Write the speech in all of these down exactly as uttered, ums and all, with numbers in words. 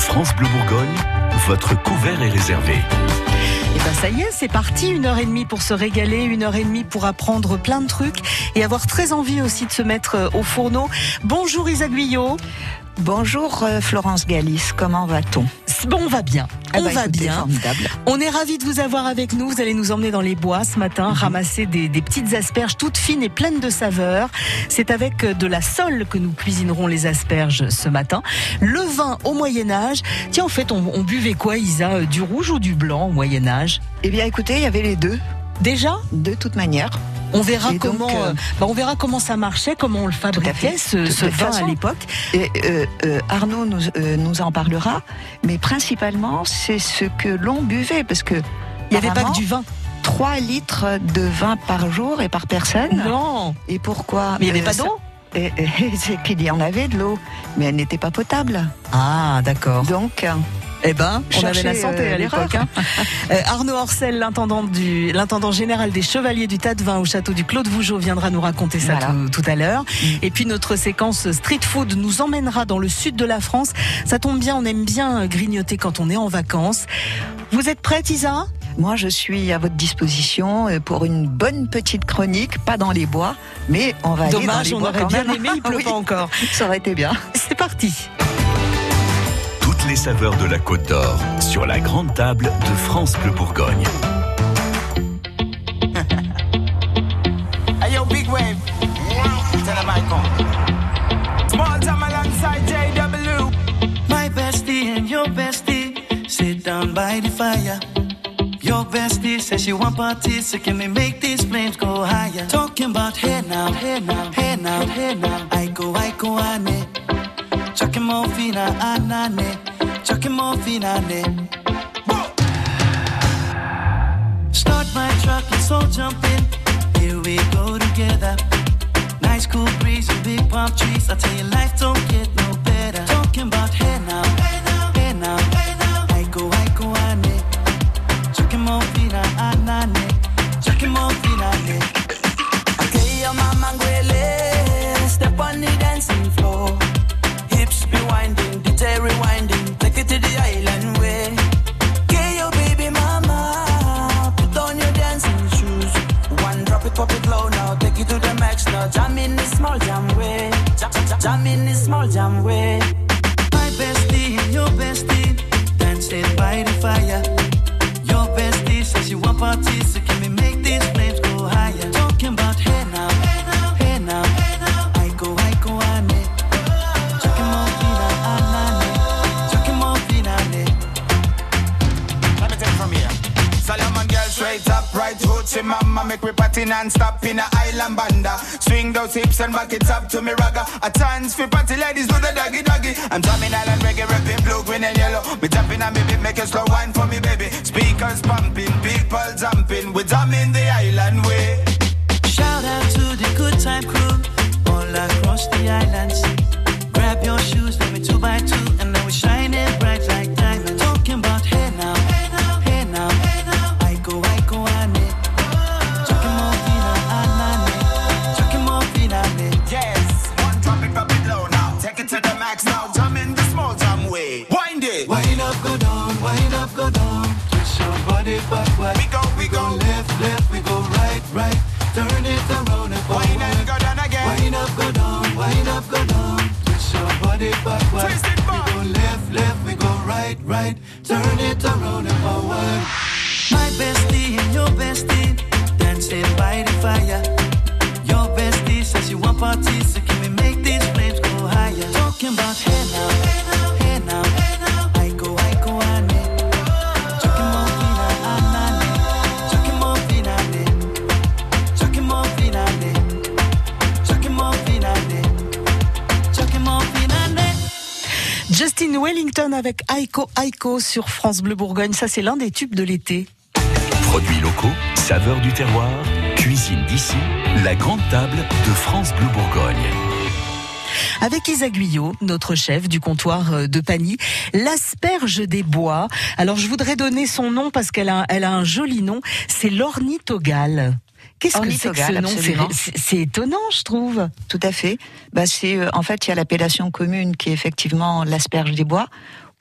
France Bleu Bourgogne, votre couvert est réservé. Et ben ça y est, c'est parti, une heure et demie pour se régaler, une heure et demie pour apprendre plein de trucs et avoir très envie aussi de se mettre au fourneau. Bonjour Isa Guyot. Bonjour euh, Florence Galis, comment va-t-on? Bon, on va bien, ah on bah, va écoutez, bien. Formidable. On est ravis de vous avoir avec nous. Vous allez nous emmener dans les bois ce matin, mmh. ramasser des, des petites asperges toutes fines et pleines de saveurs. C'est avec de la sole que nous cuisinerons les asperges ce matin. Le vin au Moyen-Âge. Tiens, en fait, on, on buvait quoi, Isa? Du rouge ou du blanc au Moyen-Âge? Eh bien, écoutez, il y avait les deux. Déjà? De toute manière. On verra et comment, donc, euh, bah on verra comment ça marchait, comment on le fabriquait, ce, ce vin façon. à l'époque. Et euh, euh, Arnaud nous, euh, nous en parlera, mais principalement c'est ce que l'on buvait, parce que il n'y avait pas que du vin. trois litres de vin par jour et par personne. Non. Et pourquoi? Mais il n'y avait euh, pas d'eau. Et, et, c'est qu'il y en avait de l'eau, mais elle n'était pas potable. Ah, d'accord. Donc. Eh ben, on avait la santé euh, à l'époque. Hein. euh, Arnaud Orcel, l'intendant du, l'intendant général des Chevaliers du Tas de Vin au château du Clos de Vougeot, viendra nous raconter ça voilà. tout, tout à l'heure. Mmh. Et puis notre séquence street food nous emmènera dans le sud de la France. Ça tombe bien, on aime bien grignoter quand on est en vacances. Vous êtes prête, Isa ? Moi, je suis à votre disposition pour une bonne petite chronique, pas dans les bois, mais on va Dommage, aller dans les bois. Dommage, on aurait bien même. aimé, il pleut oui, pas encore. Ça aurait été bien. C'est parti. Toutes les saveurs de la Côte d'Or sur la grande table de France Bleu Bourgogne. Hey yo, big wave. Tell them I come. Small time alongside J W. My bestie and your bestie sit down by the fire. Your bestie says she want parties, so can we make these flames go higher? Talking about hey now, hey now, hey now, hey now. I go, I go, ane. Chucking more fina, anane. Chucking more fina, ane. Start my truck, let's all jump in. Here we go together. Nice cool breeze and big palm trees. I tell you, life don't get no better. Talking about hey now, hey now, hey now, hey now. I go, I go, ane. Chucking more fina, anane. Chucking more fina, ane. Okay, your mama ngwele. Step on the dancing floor. Hips be winding, D J rewinding. Take it to the island way. Okay, your baby mama. Put on your dancing shoes. One drop it, pop it low now. Take it to the max now. Jam in the small jam way. Jam, jam, jam in the small jam way. My bestie and your bestie dancing by the fire. Your bestie says she want parties, so can we make these flames go higher? Talking about hey now, hey now, hey now, hey now. I go, I go, ane. Chucking more fina, anane. Chucking more fina, ane. Let me take it from here. Solomon girl straight up, right hoochie mama. Make me party non-stop in a island banda. Swing those hips and back it up to me ragga. A chance for party ladies do the doggy doggy. I'm drumming island reggae, rapping blue, green and yellow. Me jumping on me beat, make a slow wine for me baby. Speakers pumping, people jumping. We drumming the island way. Shout out to the good time crew all across the islands. Grab your shoes, let me two by two, and then we shine it bright like diamonds. Talking about hey now, hey now, hey now, hey now. I go, I go, ane. Chucking more fina, anane. Chucking more fina, ane. Yes, one drop it, drop it low now. Take it to the max now. Jump in the small jam way. Wind it. Wind up, go down, wind up, go down. Twist your body backward. We go, we go. We go left, left, we go right, right. Turn it around and forward. Wind and go down again. Wind up, go down, wind up, go down. Twist your body backward. Twist it back. We go left, left, we go right, right. Turn it around and forward. My bestie and your bestie dancing by the fire. Your bestie says you want parties, so can we make these flames go higher? Talking about hey now, hey now, hey now, hey now. I go, I go, ane. Chucking more fina, anane. Chucking more fina, ane. Chucking more fina, ane. Chucking more fina, ane. Chucking more fina, ane. Justin Wellington avec Aiko Aiko sur France Bleu Bourgogne. Ça, c'est l'un des tubes de l'été. Produits locaux, saveurs du terroir, cuisine d'ici, la grande table de France Bleu Bourgogne. Avec Isa Guyot, notre chef du comptoir de Pagny, l'asperge des bois. Alors je voudrais donner son nom parce qu'elle a, elle a un joli nom, c'est l'ornithogale. Qu'est-ce que c'est que ce nom ? c'est, c'est étonnant, je trouve. Tout à fait. Bah, c'est, euh, en fait, il y a l'appellation commune qui est effectivement l'asperge des bois,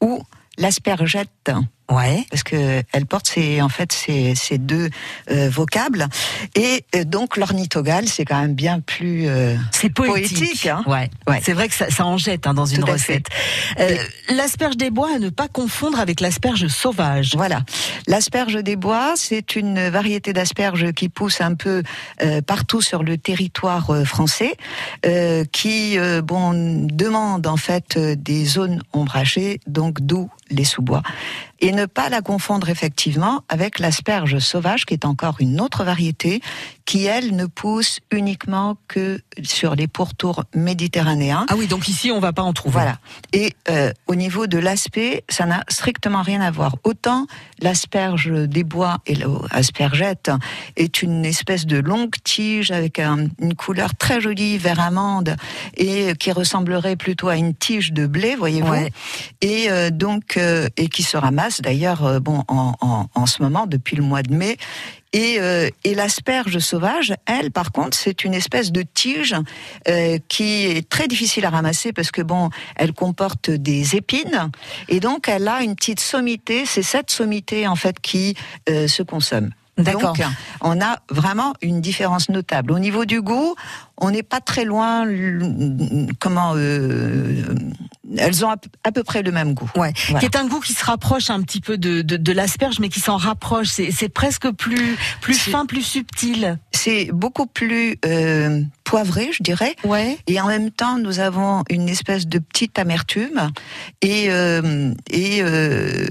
ou l'aspergette. Ouais. Parce que elle porte ces, en fait ces, ces deux euh, vocables. Et euh, donc l'ornithogale, c'est quand même bien plus euh, c'est poétique. poétique hein. Ouais. ouais. C'est vrai que ça, ça en jette hein, dans une recette. Euh, l'asperge des bois à ne pas confondre avec l'asperge sauvage. Voilà. L'asperge des bois, c'est une variété d'asperge qui pousse un peu euh, partout sur le territoire euh, français, euh, qui euh, bon demande en fait euh, des zones ombragées, donc d'où les sous-bois. Et ne pas la confondre effectivement avec l'asperge sauvage, qui est encore une autre variété, qui elle ne pousse uniquement que sur les pourtours méditerranéens. Ah oui, donc ici on va pas en trouver. Voilà. Et euh, au niveau de l'aspect, ça n'a strictement rien à voir. Autant l'asperge des bois et l'aspergette est une espèce de longue tige avec un, une couleur très jolie, vert amande, et qui ressemblerait plutôt à une tige de blé, voyez-vous. Ouais. Et euh, donc euh, et qui se ramasse d'ailleurs euh, bon en, en, en ce moment depuis le mois de mai. Et, euh, et l'asperge sauvage, elle, par contre, c'est une espèce de tige euh, qui est très difficile à ramasser parce que bon, elle comporte des épines et donc elle a une petite sommité. C'est cette sommité en fait qui euh, se consomme. D'accord. Donc, on a vraiment une différence notable. Au niveau du goût, on n'est pas très loin. Comment euh, elles ont à peu près le même goût. Ouais. Voilà. Qui est un goût qui se rapproche un petit peu de, de, de l'asperge, mais qui s'en rapproche. C'est, c'est presque plus, plus fin, plus subtil. C'est beaucoup plus euh, poivré, je dirais. Ouais. Et en même temps, nous avons une espèce de petite amertume. Et, euh, et euh,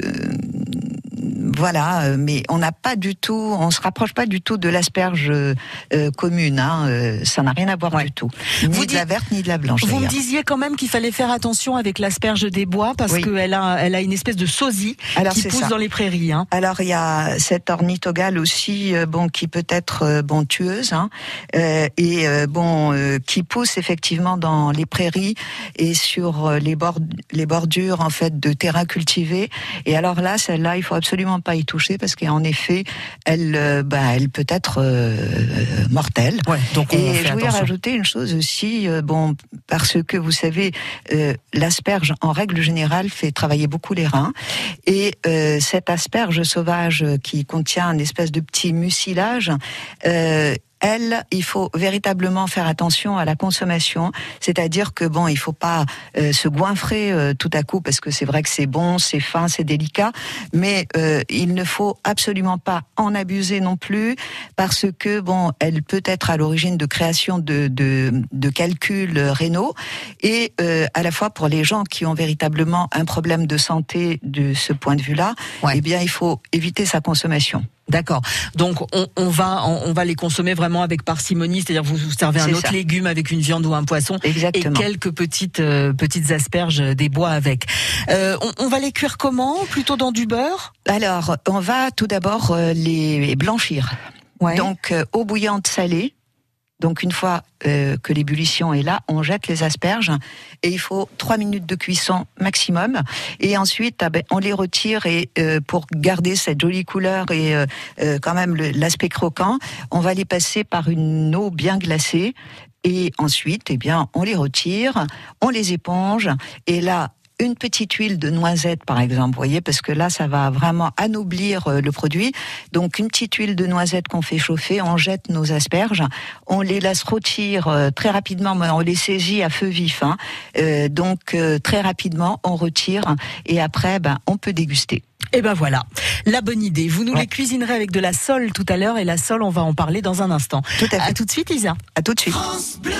voilà, mais on n'a pas du tout, on se rapproche pas du tout de l'asperge euh, commune. Hein, euh, ça n'a rien à voir ouais. du tout. Ni vous de dit, la verte ni de la blanche. Vous d'ailleurs. me disiez quand même qu'il fallait faire attention avec l'asperge des bois parce oui. qu'elle a, elle a une espèce de sosie Alors, qui pousse ça. dans les prairies. Hein. Alors il y a cette ornithogale aussi, euh, bon, qui peut être euh, bon tueuse hein, euh, et euh, bon euh, qui pousse effectivement dans les prairies et sur euh, les bords, les bordures en fait de terrains cultivés. Et alors là, celle-là, il faut absolument pas y toucher parce qu'en effet, elle, euh, bah, elle peut être euh, mortelle. Ouais, donc on et fait je voulais attention. rajouter une chose aussi, euh, bon, parce que vous savez, euh, l'asperge en règle générale fait travailler beaucoup les reins, et euh, cette asperge sauvage qui contient une espèce de petit mucilage. Euh, Elle, il faut véritablement faire attention à la consommation, c'est-à-dire que bon, il faut pas euh, se goinfrer euh, tout à coup parce que c'est vrai que c'est bon, c'est fin, c'est délicat, mais euh, il ne faut absolument pas en abuser non plus parce que bon, elle peut être à l'origine de création de de, de calculs rénaux et euh, à la fois pour les gens qui ont véritablement un problème de santé de ce point de vue-là, ouais. eh bien il faut éviter sa consommation. D'accord. Donc on, on va on, on va les consommer vraiment avec parcimonie, c'est-à-dire vous, vous servez un c'est autre ça. légume avec une viande ou un poisson Exactement. et quelques petites euh, petites asperges des bois avec. Euh, on, on va les cuire comment ? Plutôt dans du beurre ? Alors on va tout d'abord euh, les blanchir. Ouais. Donc euh, eau bouillante salée. Donc une fois euh, que l'ébullition est là, on jette les asperges et il faut trois minutes de cuisson maximum. Et ensuite, ah ben, on les retire et euh, pour garder cette jolie couleur et euh, euh, quand même le, l'aspect croquant, on va les passer par une eau bien glacée. Et ensuite, eh bien, on les retire, on les éponge et là, une petite huile de noisette, par exemple, vous voyez, parce que là, ça va vraiment anoblir euh, le produit. Donc, une petite huile de noisette qu'on fait chauffer, on jette nos asperges, on les laisse rôtir euh, très rapidement, mais on les saisit à feu vif. Hein. Euh, donc, euh, très rapidement, on retire et après, ben, on peut déguster. Et ben voilà, la bonne idée. Vous nous ouais. les cuisinerez avec de la sole tout à l'heure et la sole, on va en parler dans un instant. Tout à fait. À tout de suite, Isa. À tout de suite. France Bleu.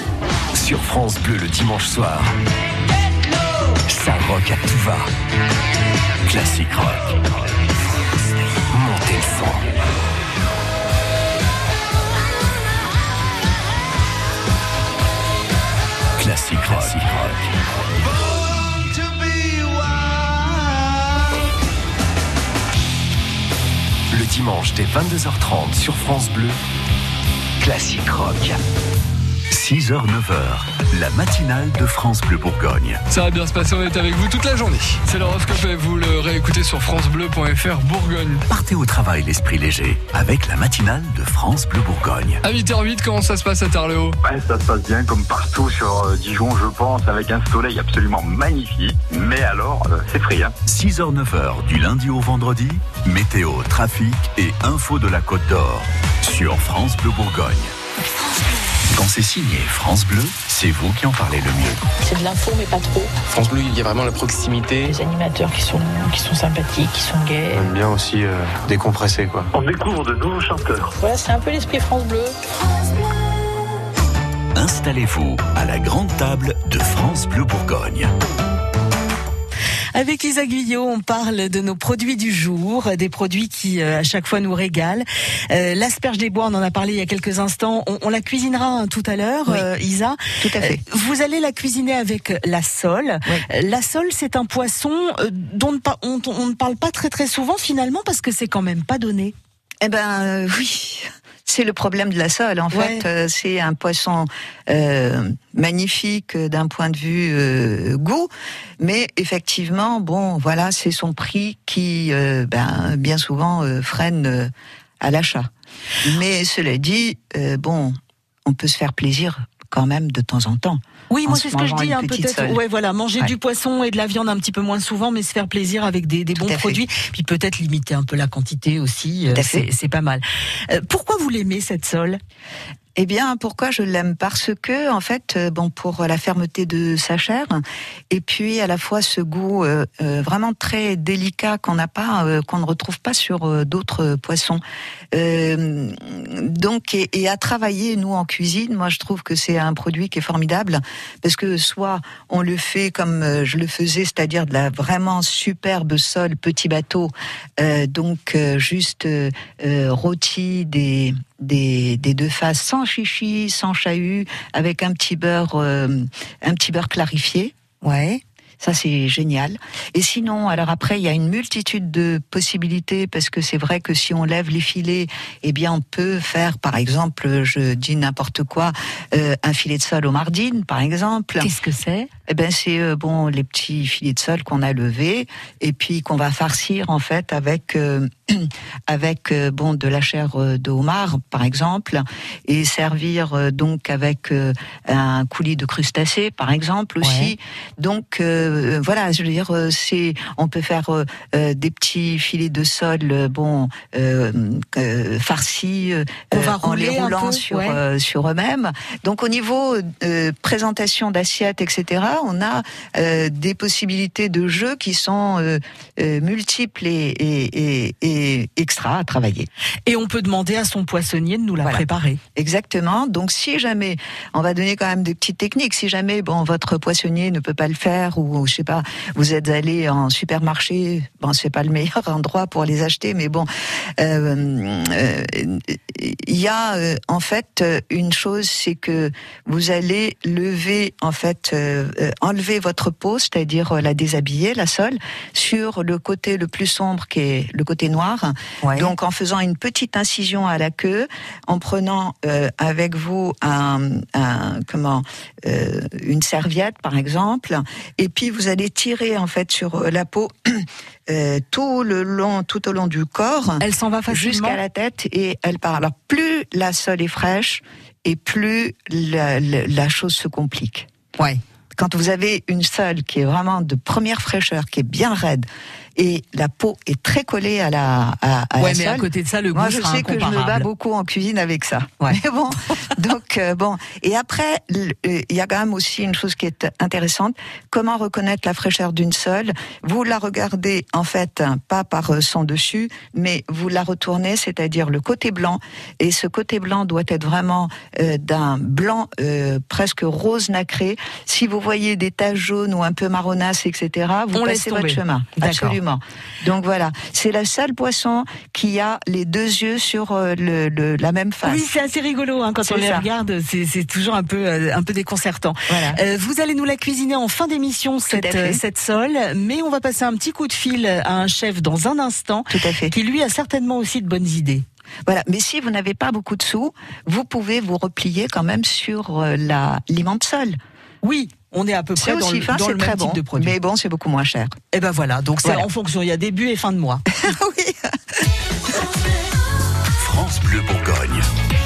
Sur France Bleu le dimanche soir. Ça rock à tout va. Classique rock. Montez le son. Classique rock. Classique rock. Le dimanche dès vingt-deux heures trente sur France Bleu. Classique rock. six heures neuf heures, la matinale de France Bleu Bourgogne. Ça va bien se passer, on est avec vous toute la journée. C'est l'horoscope et vous le réécoutez sur francebleu point f r Bourgogne. Partez au travail l'esprit léger avec la matinale de France Bleu Bourgogne. À huit heures huit, comment ça se passe à Tarléo? Ouais, ça se passe bien comme partout sur euh, Dijon, je pense, avec un soleil absolument magnifique. Mais alors, euh, c'est frais. Hein. six heures neuf heures du lundi au vendredi, météo, trafic et info de la Côte d'Or sur France Bleu Bourgogne. Quand c'est signé France Bleu, c'est vous qui en parlez le mieux. C'est de l'info, mais pas trop. France Bleu, il y a vraiment la proximité. Les animateurs qui sont, qui sont sympathiques, qui sont gays. On aime bien aussi euh, décompresser, quoi. On découvre de nouveaux chanteurs. Voilà, c'est un peu l'esprit France Bleu. Installez-vous à la grande table de France Bleu Bourgogne. Avec Lisa Guyot, on parle de nos produits du jour, des produits qui euh, à chaque fois nous régalent. Euh, l'asperge des bois, on en a parlé il y a quelques instants. On, on la cuisinera hein, tout à l'heure, oui, euh, Isa. Tout à fait. Euh, vous allez la cuisiner avec la sole. Oui. La sole, c'est un poisson euh, dont on, on, on ne parle pas très très souvent finalement parce que c'est quand même pas donné. Eh ben euh, oui. C'est le problème de la sole. En ouais. fait, euh, c'est un poisson euh, magnifique d'un point de vue euh, goût, mais effectivement, bon, voilà, c'est son prix qui, euh, ben, bien souvent, euh, freine euh, à l'achat. Mais cela dit, euh, bon, on peut se faire plaisir quand même de temps en temps. Oui, moi c'est ce que je dis, hein, peut-être. Sole. Ouais, voilà, manger ouais. du poisson et de la viande un petit peu moins souvent, mais se faire plaisir avec des, des bons produits. Puis peut-être limiter un peu la quantité aussi. Euh, c'est, c'est pas mal. Euh, pourquoi vous l'aimez cette sole ? Eh bien, pourquoi je l'aime ? Parce que, en fait, bon, pour la fermeté de sa chair, et puis à la fois ce goût euh, vraiment très délicat qu'on n'a pas, euh, qu'on ne retrouve pas sur euh, d'autres poissons. Euh, donc, et, et à travailler, nous, en cuisine, moi, je trouve que c'est un produit qui est formidable, parce que soit on le fait comme je le faisais, c'est-à-dire de la vraiment superbe sole petit bateau, euh, donc euh, juste euh, rôti des Des, des deux faces, sans chichi, sans chahut, avec un petit beurre, euh, un petit beurre clarifié. Ouais. Ça, c'est génial. Et sinon, alors après, il y a une multitude de possibilités, parce que c'est vrai que si on lève les filets, eh bien, on peut faire, par exemple, je dis n'importe quoi, euh, un filet de sole aux mardines, par exemple. Qu'est-ce que c'est ? Eh ben, c'est, euh, bon, les petits filets de sole qu'on a levés, et puis qu'on va farcir, en fait, avec, euh, avec, euh, bon, de la chair de homard, par exemple, et servir, euh, donc, avec euh, un coulis de crustacés, par exemple, aussi. Ouais. Donc, euh, Euh, voilà, je veux dire, euh, c'est, on peut faire euh, euh, des petits filets de sole, euh, bon, euh, euh, farcis, euh, en les roulant sur ouais. euh, sur eux-mêmes. Donc, au niveau euh, présentation d'assiettes, et cetera, on a euh, des possibilités de jeu qui sont euh, euh, multiples et, et, et, et extra à travailler. Et on peut demander à son poissonnier de nous la voilà. préparer. Exactement. Donc, si jamais, on va donner quand même des petites techniques. Si jamais, bon, votre poissonnier ne peut pas le faire, ou je sais pas, vous êtes allé en supermarché, bon, c'est pas le meilleur endroit pour les acheter, mais bon, il euh, euh, y a euh, en fait une chose, c'est que vous allez lever, en fait, euh, enlever votre peau, c'est-à-dire la déshabiller, la sole, sur le côté le plus sombre, qui est le côté noir. Ouais. Donc, en faisant une petite incision à la queue, en prenant euh, avec vous un, un comment, euh, une serviette, par exemple, et puis vous allez tirer en fait sur la peau euh, tout le long, tout au long du corps. Elle s'en va facilement jusqu'à la tête et elle part. Alors plus la sole est fraîche et plus la, la, la chose se complique. Ouais. Quand vous avez une sole qui est vraiment de première fraîcheur, qui est bien raide, et la peau est très collée à la à, à ouais, la mais sole. à côté de ça, le goût Moi, je sera sais que je me bats beaucoup en cuisine avec ça. Ouais. Mais bon, donc euh, bon. Et après, il y a quand même aussi une chose qui est intéressante. Comment reconnaître la fraîcheur d'une sole ? Vous la regardez en fait pas par son dessus, mais vous la retournez, c'est-à-dire le côté blanc. Et ce côté blanc doit être vraiment euh, d'un blanc euh, presque rose nacré. Si vous voyez des taches jaunes ou un peu marronasses, et cetera, vous On passez votre chemin. D'accord. Absolument. Donc voilà, c'est le seul poisson qui a les deux yeux sur euh, le, le, la même face. Oui, c'est assez rigolo hein, quand c'est on les ça. regarde, c'est, c'est toujours un peu, euh, un peu déconcertant. Voilà. Euh, vous allez nous la cuisiner en fin d'émission, cette, euh, cette sole, mais on va passer un petit coup de fil à un chef dans un instant, Tout à fait. qui lui a certainement aussi de bonnes idées. Voilà. Mais si vous n'avez pas beaucoup de sous, vous pouvez vous replier quand même sur euh, la l'Imensol. Oui. On est à peu près dans, le, fin, dans le même bon, type de produit. Mais bon, c'est beaucoup moins cher. Et ben voilà, donc c'est voilà. En fonction, il y a début et fin de mois. Oui. France Bleu Bourgogne.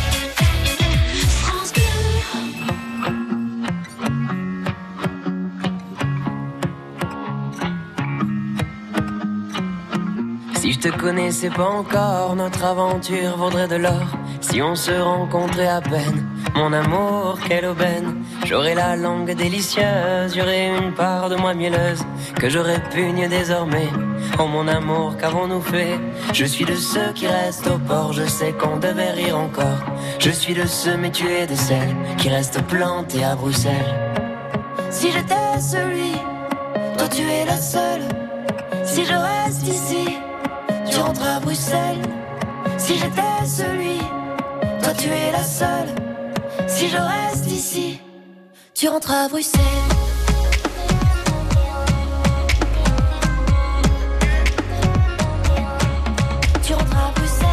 Si je te connaissais pas encore, notre aventure vaudrait de l'or. Si on se rencontrait à peine, mon amour, quelle aubaine. J'aurais la langue délicieuse, j'aurais une part de moi mielleuse que je répugne désormais. Oh mon amour, qu'avons-nous fait? Je suis de ceux qui restent au port, je sais qu'on devait rire encore. Je suis de ceux, mais tu es de celles qui restent plantées à Bruxelles. Si j'étais celui, toi tu es la seule. Si je reste ici, tu rentres à Bruxelles. Si j'étais celui, toi tu es la seule. Si je reste ici, tu rentres à Bruxelles. Tu rentres à Bruxelles.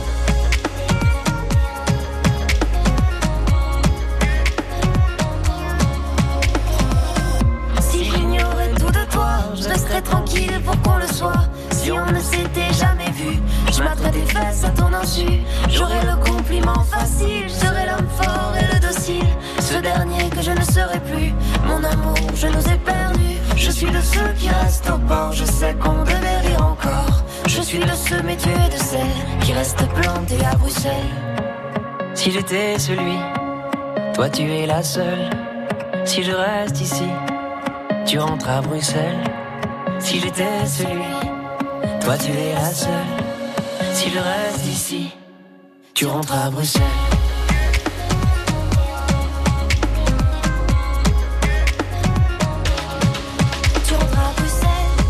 Si j'ignorais tout de toi, je resterais tranquille pour qu'on le soit. Si on ne s'était jamais vu, je m'attraperais tes fesses à ton insu. J'aurais le compliment facile, je serais l'homme fort et le docile. Ce dernier que je ne serai plus, mon amour, je nous ai perdus. Je suis de ceux qui restent au port, je sais qu'on devait rire encore. Je suis de ceux, mais tu es de celles qui restent plantées à Bruxelles. Si j'étais celui, toi tu es la seule. Si je reste ici, tu rentres à Bruxelles. Si j'étais celui, toi tu es la seule. Si je reste ici, tu rentres à Bruxelles. Tu rentres à Bruxelles.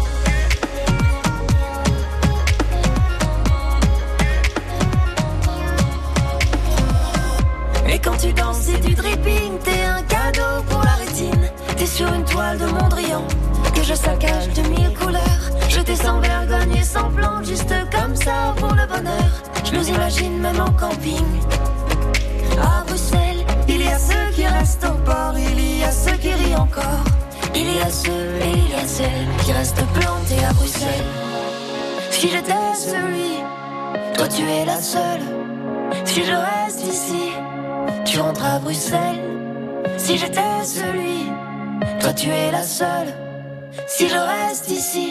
Et quand tu danses c'est du dripping, t'es un cadeau pour la rétine. T'es sur une toile de Mondrian que je saccage de mille couleurs. Je t'ai sans vergogne et sans plan, juste comme ça pour le bonheur. Je nous imagine même en camping. À Bruxelles, il y a ceux qui restent au port, il y a ceux qui rient encore. Il y a ceux et il y a celles qui restent plantés à Bruxelles. Si j'étais celui, toi tu es la seule. Si je reste ici, tu rentres à Bruxelles. Si j'étais celui, toi tu es la seule. Si je reste ici,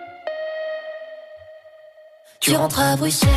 tu rentres à Bruxelles.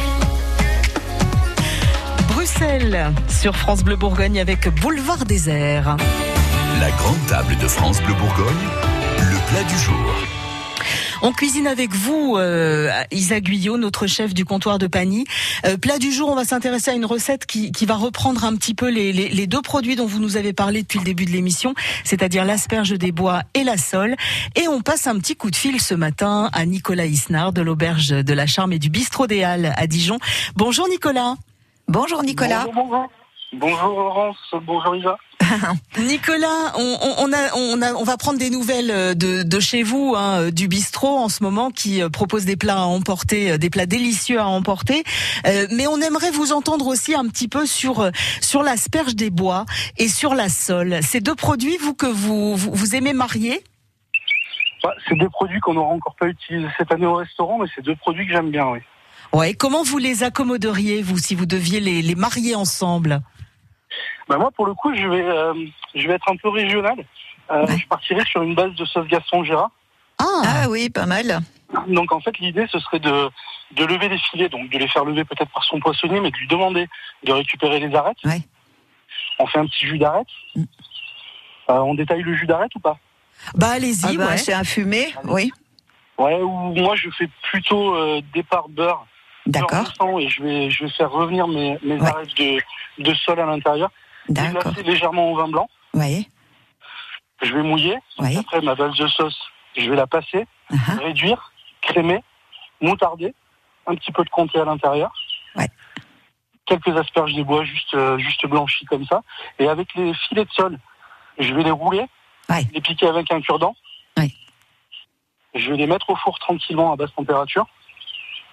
Bruxelles, sur France Bleu Bourgogne avec Boulevard Désert. La grande table de France Bleu Bourgogne, le plat du jour. On cuisine avec vous, euh, Isa Guyot, notre chef du comptoir de Pagny. Euh, plat du jour, on va s'intéresser à une recette qui, qui va reprendre un petit peu les, les, les deux produits dont vous nous avez parlé depuis le début de l'émission, c'est-à-dire l'asperge des bois et la sole. Et on passe un petit coup de fil ce matin à Nicolas Isnard de l'Auberge de la Charme et du Bistrot des Halles à Dijon. Bonjour Nicolas. Bonjour Nicolas. Bonjour, bonjour. Bonjour Laurence, bonjour Isa. Nicolas, on, on, a, on, a, on va prendre des nouvelles de, de chez vous, hein, du bistrot en ce moment, qui propose des plats à emporter, des plats délicieux à emporter. Euh, mais on aimerait vous entendre aussi un petit peu sur sur l'asperge des bois et sur la sole. Ces deux produits, vous que vous vous, vous aimez marier? Bah, c'est deux produits qu'on n'aura encore pas utilisés cette année au restaurant, mais c'est deux produits que j'aime bien, oui. Ouais. Comment vous les accommoderiez, vous, si vous deviez les, les marier ensemble? Bah moi, pour le coup, je vais, euh, je vais être un peu régional. Euh, ouais. Je partirai sur une base de sauce Gaston Gérard. Ah, ah oui, pas mal. Donc en fait, l'idée, ce serait de, de lever les filets, donc de les faire lever peut-être par son poissonnier, mais de lui demander de récupérer les arêtes. Ouais. On fait un petit jus d'arête. Mm. Euh, on détaille le jus d'arête ou pas? Bah allez-y, ah bah, ouais. C'est un fumé, oui. Ouais, ou moi je fais plutôt euh, départ beurre. D'accord. Beurre et je vais, je vais faire revenir mes, mes ouais. arêtes de, de sole à l'intérieur. D'accord. Glacer légèrement au vin blanc. Oui. Je vais mouiller. Oui. Après, ma valse de sauce, je vais la passer, uh-huh. réduire, crémer, moutarder, un petit peu de comté à l'intérieur. Ouais. Quelques asperges de bois juste, euh, juste blanchies comme ça. Et avec les filets de sole, je vais les rouler, ouais. les piquer avec un cure-dent. Ouais. Je vais les mettre au four tranquillement à basse température.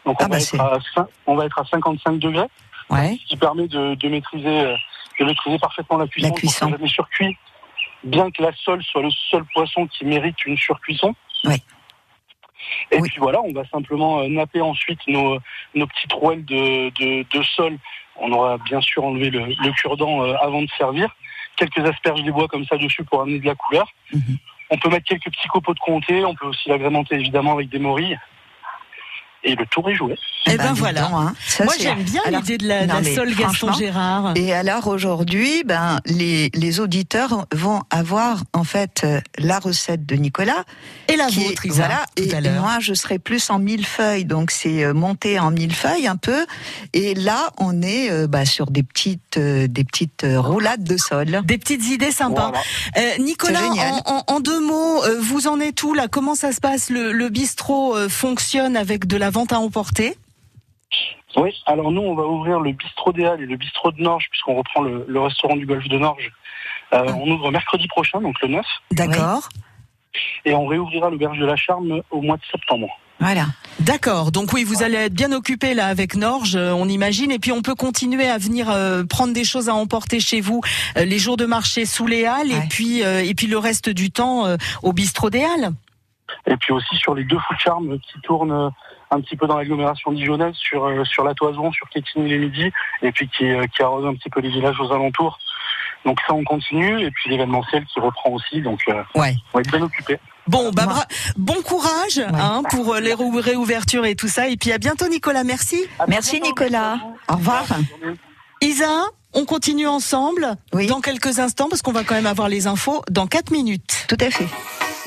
Donc on, ah va bah être à, on va être à cinquante-cinq degrés, ouais. ce qui permet de, de, maîtriser, de maîtriser parfaitement la cuisson. La cuisson. Jamais surcuit, bien que la sole soit le seul poisson qui mérite une surcuisson. Ouais. Et oui. puis voilà, on va simplement euh, napper ensuite nos, nos petites rouelles de, de, de sole. On aura bien sûr enlevé le, le cure-dent euh, avant de servir. Quelques asperges des bois comme ça dessus pour amener de la couleur. Mm-hmm. On peut mettre quelques petits copeaux de comté, on peut aussi l'agrémenter évidemment avec des morilles. Et le tour est joué. Et eh ben, ben voilà. Donc, hein. Ça, Moi j'aime bien alors, l'idée de la, non, la sole Gaston Gérard. Et alors aujourd'hui, ben les les auditeurs vont avoir en fait la recette de Nicolas et la vôtre, Isa, voilà. Tout et, à l'heure. Et moi je serai plus en millefeuille, donc c'est monté en millefeuille un peu. Et là on est euh, bah, sur des petites euh, des petites roulades de sole. Des petites idées sympas. Voilà. Euh, Nicolas, en, en, en deux mots, euh, vous en êtes où là? Comment ça se passe? Le, le bistrot euh, fonctionne avec de la vente à emporter? Oui, alors nous on va ouvrir le bistrot des Halles et le bistrot de Norge, puisqu'on reprend le, le restaurant du Golfe de Norge. Euh, ah. On ouvre mercredi prochain, donc le neuf. D'accord. Et on réouvrira l'auberge de la Charme au mois de septembre. Voilà. D'accord. Donc oui, vous allez être bien occupé là avec Norge, on imagine. Et puis on peut continuer à venir euh, prendre des choses à emporter chez vous euh, les jours de marché sous les Halles, ouais. et puis euh, et puis le reste du temps euh, au bistrot des Halles. Et puis aussi sur les deux food charmes qui tournent un petit peu dans l'agglomération dijonnaise, sur euh, sur la Toison, sur Quétigny-les-Midi, et puis qui, euh, qui arrose un petit peu les villages aux alentours. Donc ça on continue, et puis l'événementiel qui reprend aussi, donc euh, ouais. on va être bien occupés. Bon, bah, bra- bon courage, ouais. hein, pour les réouvertures et tout ça, et puis à bientôt Nicolas, merci. À merci bientôt, Nicolas, au revoir. Isa, on continue ensemble oui. dans quelques instants, parce qu'on va quand même avoir les infos dans quatre minutes. Tout à fait.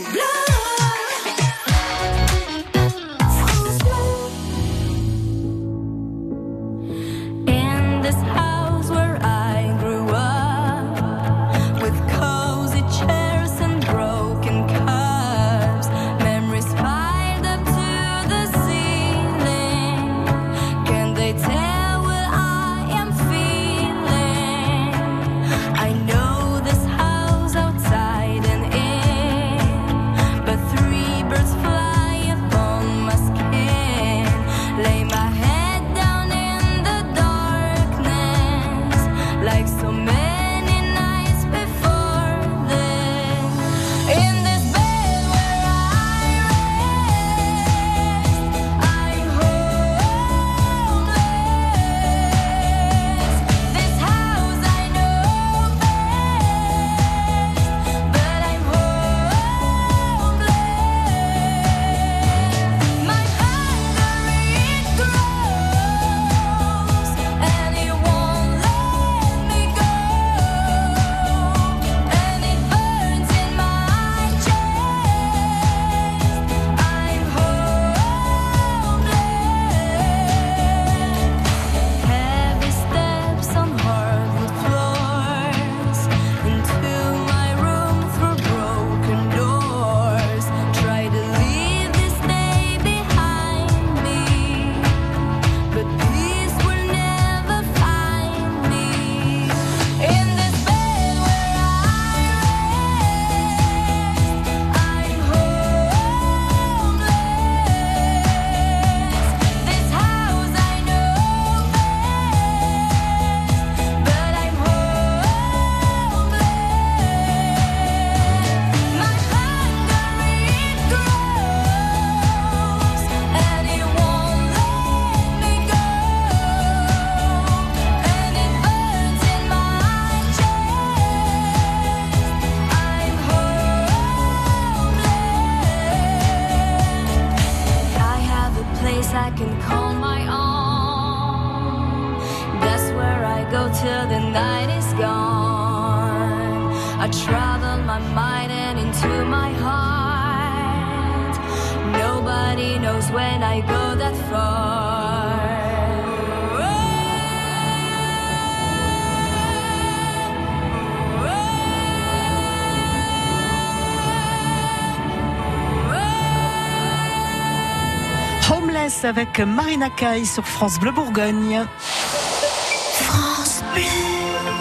Homeless avec Marina Kaye sur France Bleu Bourgogne. France Bleu.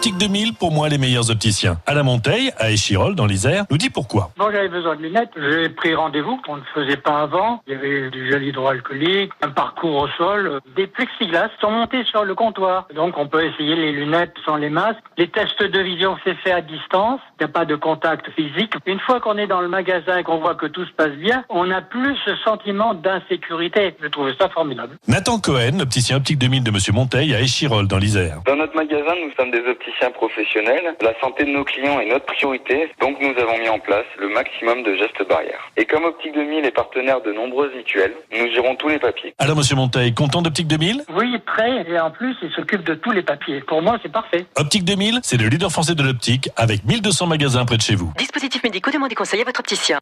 Optique deux mille, pour moi, les meilleurs opticiens. Alain Monteil, à Échirolles, dans l'Isère, nous dit pourquoi. Bon, j'avais besoin de lunettes. J'ai pris rendez-vous qu'on ne faisait pas avant. Il y avait du gel hydroalcoolique, un parcours au sol. Des plexiglas sont montés sur le comptoir. Donc, on peut essayer les lunettes sans les masques. Les tests de vision, c'est fait à distance. Il n'y a pas de contact physique. Une fois qu'on est dans le magasin et qu'on voit que tout se passe bien, on n'a plus ce sentiment d'insécurité. Je trouvais ça formidable. Nathan Cohen, l'opticien Optique deux mille de Monsieur Monteil, à Échirolles, dans l'Isère. Dans notre magasin, nous sommes des opticiens professionnels. La santé de nos clients est notre priorité, donc nous avons mis en place le maximum de gestes barrières. Et comme Optique deux mille est partenaire de nombreuses mutuelles, nous gérons tous les papiers. Alors Monsieur Monteil, content d'Optique deux mille ? Oui, très, et en plus, il s'occupe de tous les papiers. Pour moi, c'est parfait. Optique deux mille, c'est le leader français de l'optique, avec mille deux cents magasins près de chez vous. Dispositifs médicaux, demandez conseil à votre opticien.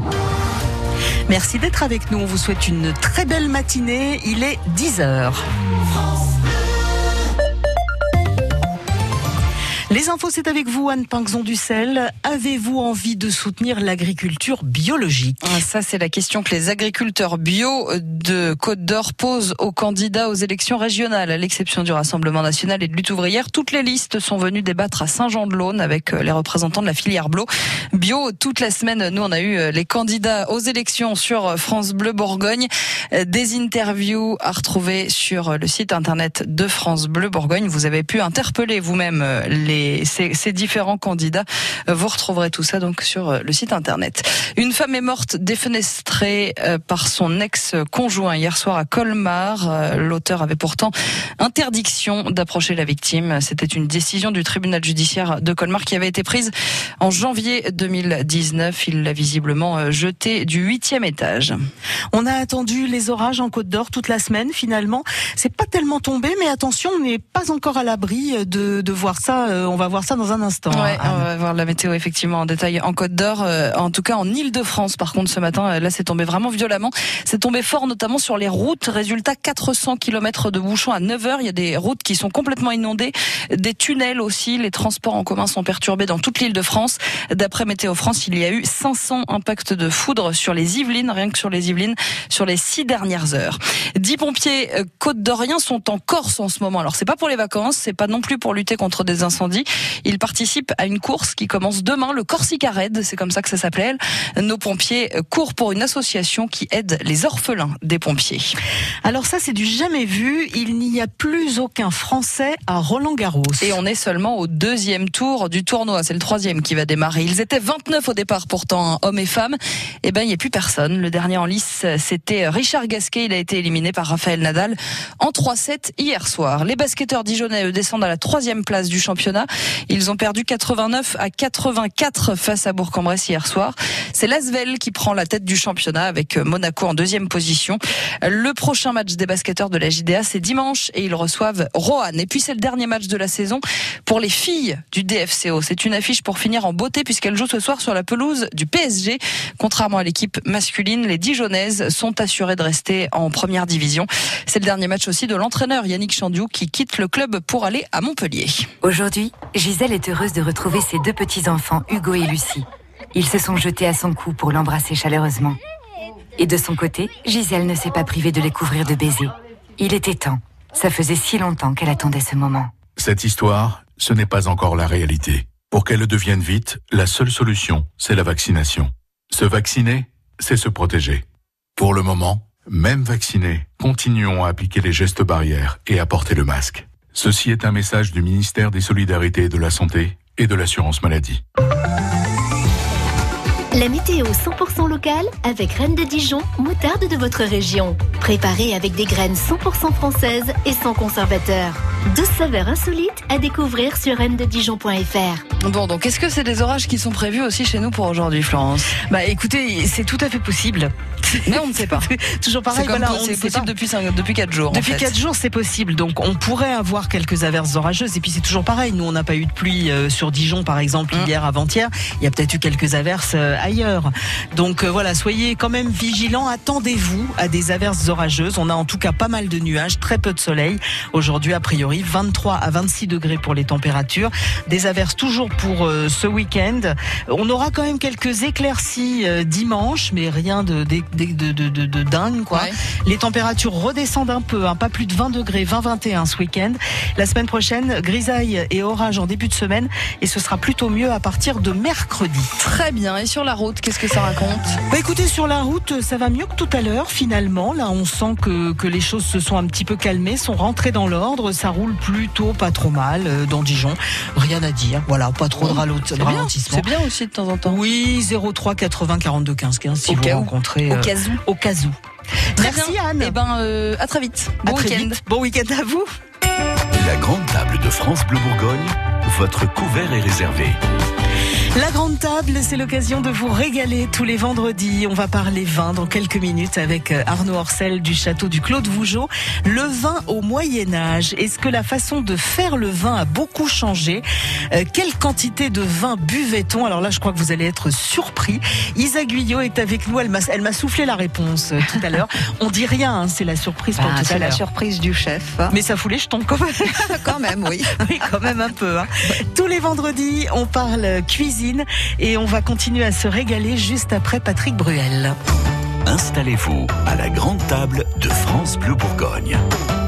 Merci d'être avec nous. On vous souhaite une très belle matinée. Il est dix heures. Les infos, c'est avec vous, Anne Pinxon-Ducel. Avez-vous envie de soutenir l'agriculture biologique ? Ça, c'est la question que les agriculteurs bio de Côte d'Or posent aux candidats aux élections régionales. À l'exception du Rassemblement national et de Lutte ouvrière, toutes les listes sont venues débattre à Saint-Jean-de-Laune avec les représentants de la filière bio. Toute la semaine, nous, on a eu les candidats aux élections sur France Bleu Bourgogne. Des interviews à retrouver sur le site internet de France Bleu Bourgogne. Vous avez pu interpeller vous-même les Ces, ces différents candidats. Vous retrouverez tout ça donc sur le site internet. Une femme est morte défenestrée par son ex-conjoint hier soir à Colmar. L'auteur avait pourtant interdiction d'approcher la victime. C'était une décision du tribunal judiciaire de Colmar qui avait été prise en janvier deux mille dix-neuf. Il l'a visiblement jetée du huitième étage. On a attendu les orages en Côte d'Or toute la semaine. Finalement, c'est pas tellement tombé, mais attention, on n'est pas encore à l'abri de, de voir ça. On va voir ça dans un instant. Ouais, hein, on va voir la météo effectivement en détail en Côte d'Or. Euh, en tout cas en Île-de-France, par contre, ce matin, là, c'est tombé vraiment violemment. C'est tombé fort, notamment sur les routes. Résultat, quatre cents kilomètres de bouchons à neuf heures. Il y a des routes qui sont complètement inondées, des tunnels aussi. Les transports en commun sont perturbés dans toute l'Île-de-France. D'après Météo France, il y a eu cinq cents impacts de foudre sur les Yvelines, rien que sur les Yvelines, sur les six dernières heures. Dix pompiers côte-d'oriens sont en Corse en ce moment. Alors, c'est pas pour les vacances, c'est pas non plus pour lutter contre des incendies. Ils participent à une course qui commence demain, le Corsica Raid, c'est comme ça que ça s'appelle. Nos pompiers courent pour une association qui aide les orphelins des pompiers. Alors ça, c'est du jamais vu. Il n'y a plus aucun Français à Roland-Garros. Et on est seulement au deuxième tour du tournoi. C'est le troisième qui va démarrer. Ils étaient vingt-neuf au départ, pourtant, hommes et femmes. Eh ben, il n'y a plus personne. Le dernier en lice, c'était Richard Gasquet. Il a été éliminé par Rafael Nadal en trois sept hier soir. Les basketteurs dijonnais, eux, descendent à la troisième place du championnat. Ils ont perdu quatre-vingt-neuf à quatre-vingt-quatre face à Bourg-en-Bresse hier soir. C'est l'Asvel qui prend la tête du championnat avec Monaco en deuxième position. Le prochain match des basketteurs de la J D A, c'est dimanche et ils reçoivent Roanne. Et puis c'est le dernier match de la saison pour les filles du D F C O. C'est une affiche pour finir en beauté puisqu'elles jouent ce soir sur la pelouse du P S G. Contrairement à l'équipe masculine, les Dijonnaises sont assurées de rester en première division. C'est le dernier match aussi de l'entraîneur Yannick Chandiou qui quitte le club pour aller à Montpellier. Aujourd'hui, Gisèle est heureuse de retrouver ses deux petits-enfants, Hugo et Lucie. Ils se sont jetés à son cou pour l'embrasser chaleureusement. Et de son côté, Gisèle ne s'est pas privée de les couvrir de baisers. Il était temps. Ça faisait si longtemps qu'elle attendait ce moment. Cette histoire, ce n'est pas encore la réalité. Pour qu'elle le devienne vite, la seule solution, c'est la vaccination. Se vacciner, c'est se protéger. Pour le moment, même vaccinés, continuons à appliquer les gestes barrières et à porter le masque. Ceci est un message du ministère des Solidarités et de la Santé et de l'Assurance Maladie. La météo cent pour cent locale avec Reine de Dijon, moutarde de votre région. Préparée avec des graines cent pour cent françaises et sans conservateur. douze saveurs insolites à découvrir sur reine de dijon point f r. Bon, donc est-ce que c'est des orages qui sont prévus aussi chez nous pour aujourd'hui, Florence ? Bah écoutez, c'est tout à fait possible. Mais on ne sait pas. Toujours pareil, c'est comme voilà, c'est possible depuis depuis quatre jours. Depuis en fait. quatre jours, c'est possible. Donc on pourrait avoir quelques averses orageuses. Et puis c'est toujours pareil. Nous, on n'a pas eu de pluie euh, sur Dijon, par exemple, mmh. hier, avant-hier. Il y a peut-être eu quelques averses euh, ailleurs. Donc euh, voilà, soyez quand même vigilants. Attendez-vous à des averses orageuses. On a en tout cas pas mal de nuages, très peu de soleil. Aujourd'hui, a priori, oui, vingt-trois à vingt-six degrés pour les températures. Des averses toujours pour euh, ce week-end. On aura quand même quelques éclaircies euh, dimanche, mais rien de, de, de, de, de, de dingue, quoi. Ouais. Les températures redescendent un peu, hein, pas plus de vingt degrés, vingt à vingt et un ce week-end. La semaine prochaine, grisaille et orage en début de semaine, et ce sera plutôt mieux à partir de mercredi. Très bien. Et sur la route, qu'est-ce que ça raconte ? Bah écoutez, sur la route, ça va mieux que tout à l'heure, finalement. Là, on sent que, que les choses se sont un petit peu calmées, sont rentrées dans l'ordre. Ça roule plutôt pas trop mal euh, dans Dijon. Rien à dire. Voilà, pas trop de ralentissement. C'est bien aussi de temps en temps. Oui, zéro trois quatre-vingts quarante-deux quinze quinze si au vous rencontrez. Euh, au cas où. Au cas où. Très Merci bien. Anne. Et ben, euh, à très vite. Bon à week-end. Vite. Bon week-end à vous. La grande table de France Bleu Bourgogne, votre couvert est réservé. La grande table, c'est l'occasion de vous régaler tous les vendredis. On va parler vin dans quelques minutes avec Arnaud Orcel du château du Clos de Vougeot. Le vin au Moyen-Âge. Est-ce que la façon de faire le vin a beaucoup changé ? euh, Quelle quantité de vin buvait-on ? Alors là, je crois que vous allez être surpris. Isa Guyot est avec nous. Elle m'a, elle m'a soufflé la réponse euh, tout à l'heure. On dit rien, hein, c'est la surprise pour ah, tout à l'heure. C'est la surprise du chef. Mais ça fout les jetons quand même. Quand même, oui. Oui, quand même un peu. Hein. Tous les vendredis, on parle cuisine. Et on va continuer à se régaler juste après Patrick Bruel. Installez-vous à la grande table de France Bleu Bourgogne.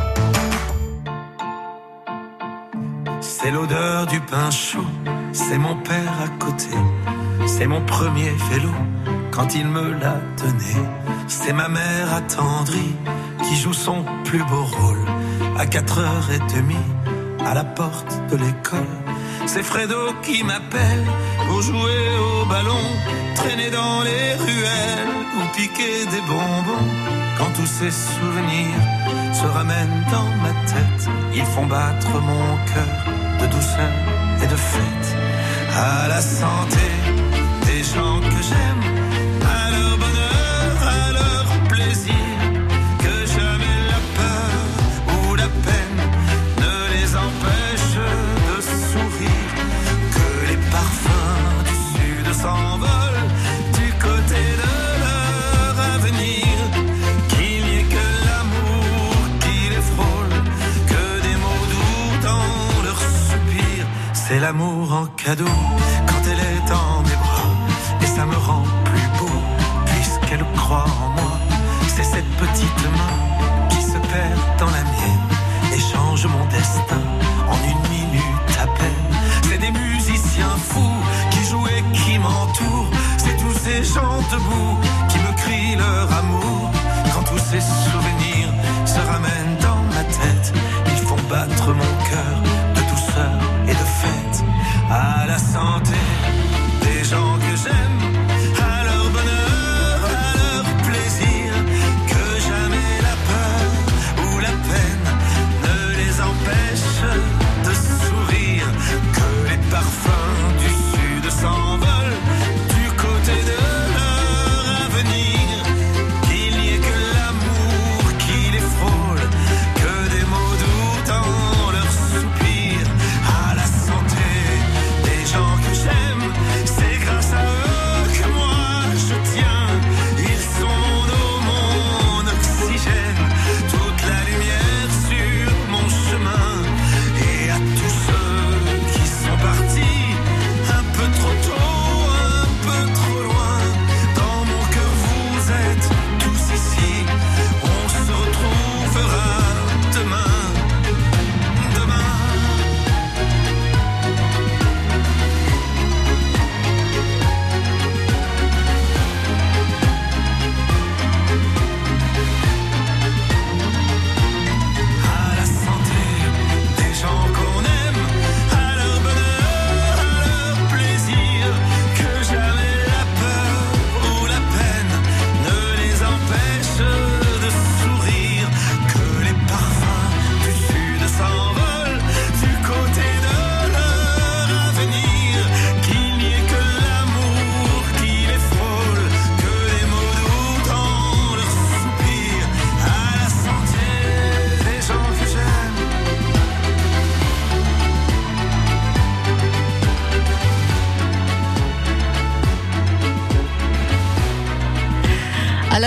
C'est l'odeur du pain chaud, c'est mon père à côté, c'est mon premier vélo quand il me l'a donné. C'est ma mère attendrie qui joue son plus beau rôle à quatre heures trente à la porte de l'école. C'est Fredo qui m'appelle pour jouer au ballon, traîner dans les ruelles ou piquer des bonbons. Quand tous ces souvenirs se ramènent dans ma tête, ils font battre mon cœur de douceur et de fête. À la santé des gens que j'aime, à leur bonheur, à leur plaisir, que jamais la peur ou la peine ne les empêche de sourire, que les parfums du sud s'envolent du côté de leur avenir, qu'il n'y ait que l'amour qui les frôle, que des mots doux dans leurs soupirs. C'est l'amour en cadeau quand elle est dans mes bras, et ça me rend plus beau puisqu'elle croit en moi. C'est cette petite main qui se perd dans la mienne et change mon destin en une minute à peine. C'est des musiciens fous qui jouent et qui m'entourent, c'est tous ces gens debout qui me crient leur amour. Quand tous ces souvenirs se ramènent dans ma tête, ils font battre mon cœur de douceur et de fête. À la santé des gens que j'aime, à leur bonheur, à leur plaisir, que jamais la peur ou la peine ne les empêche de sourire, que les parfums du sud s'envolent du côté de leur avenir, qu'il n'y ait que l'amour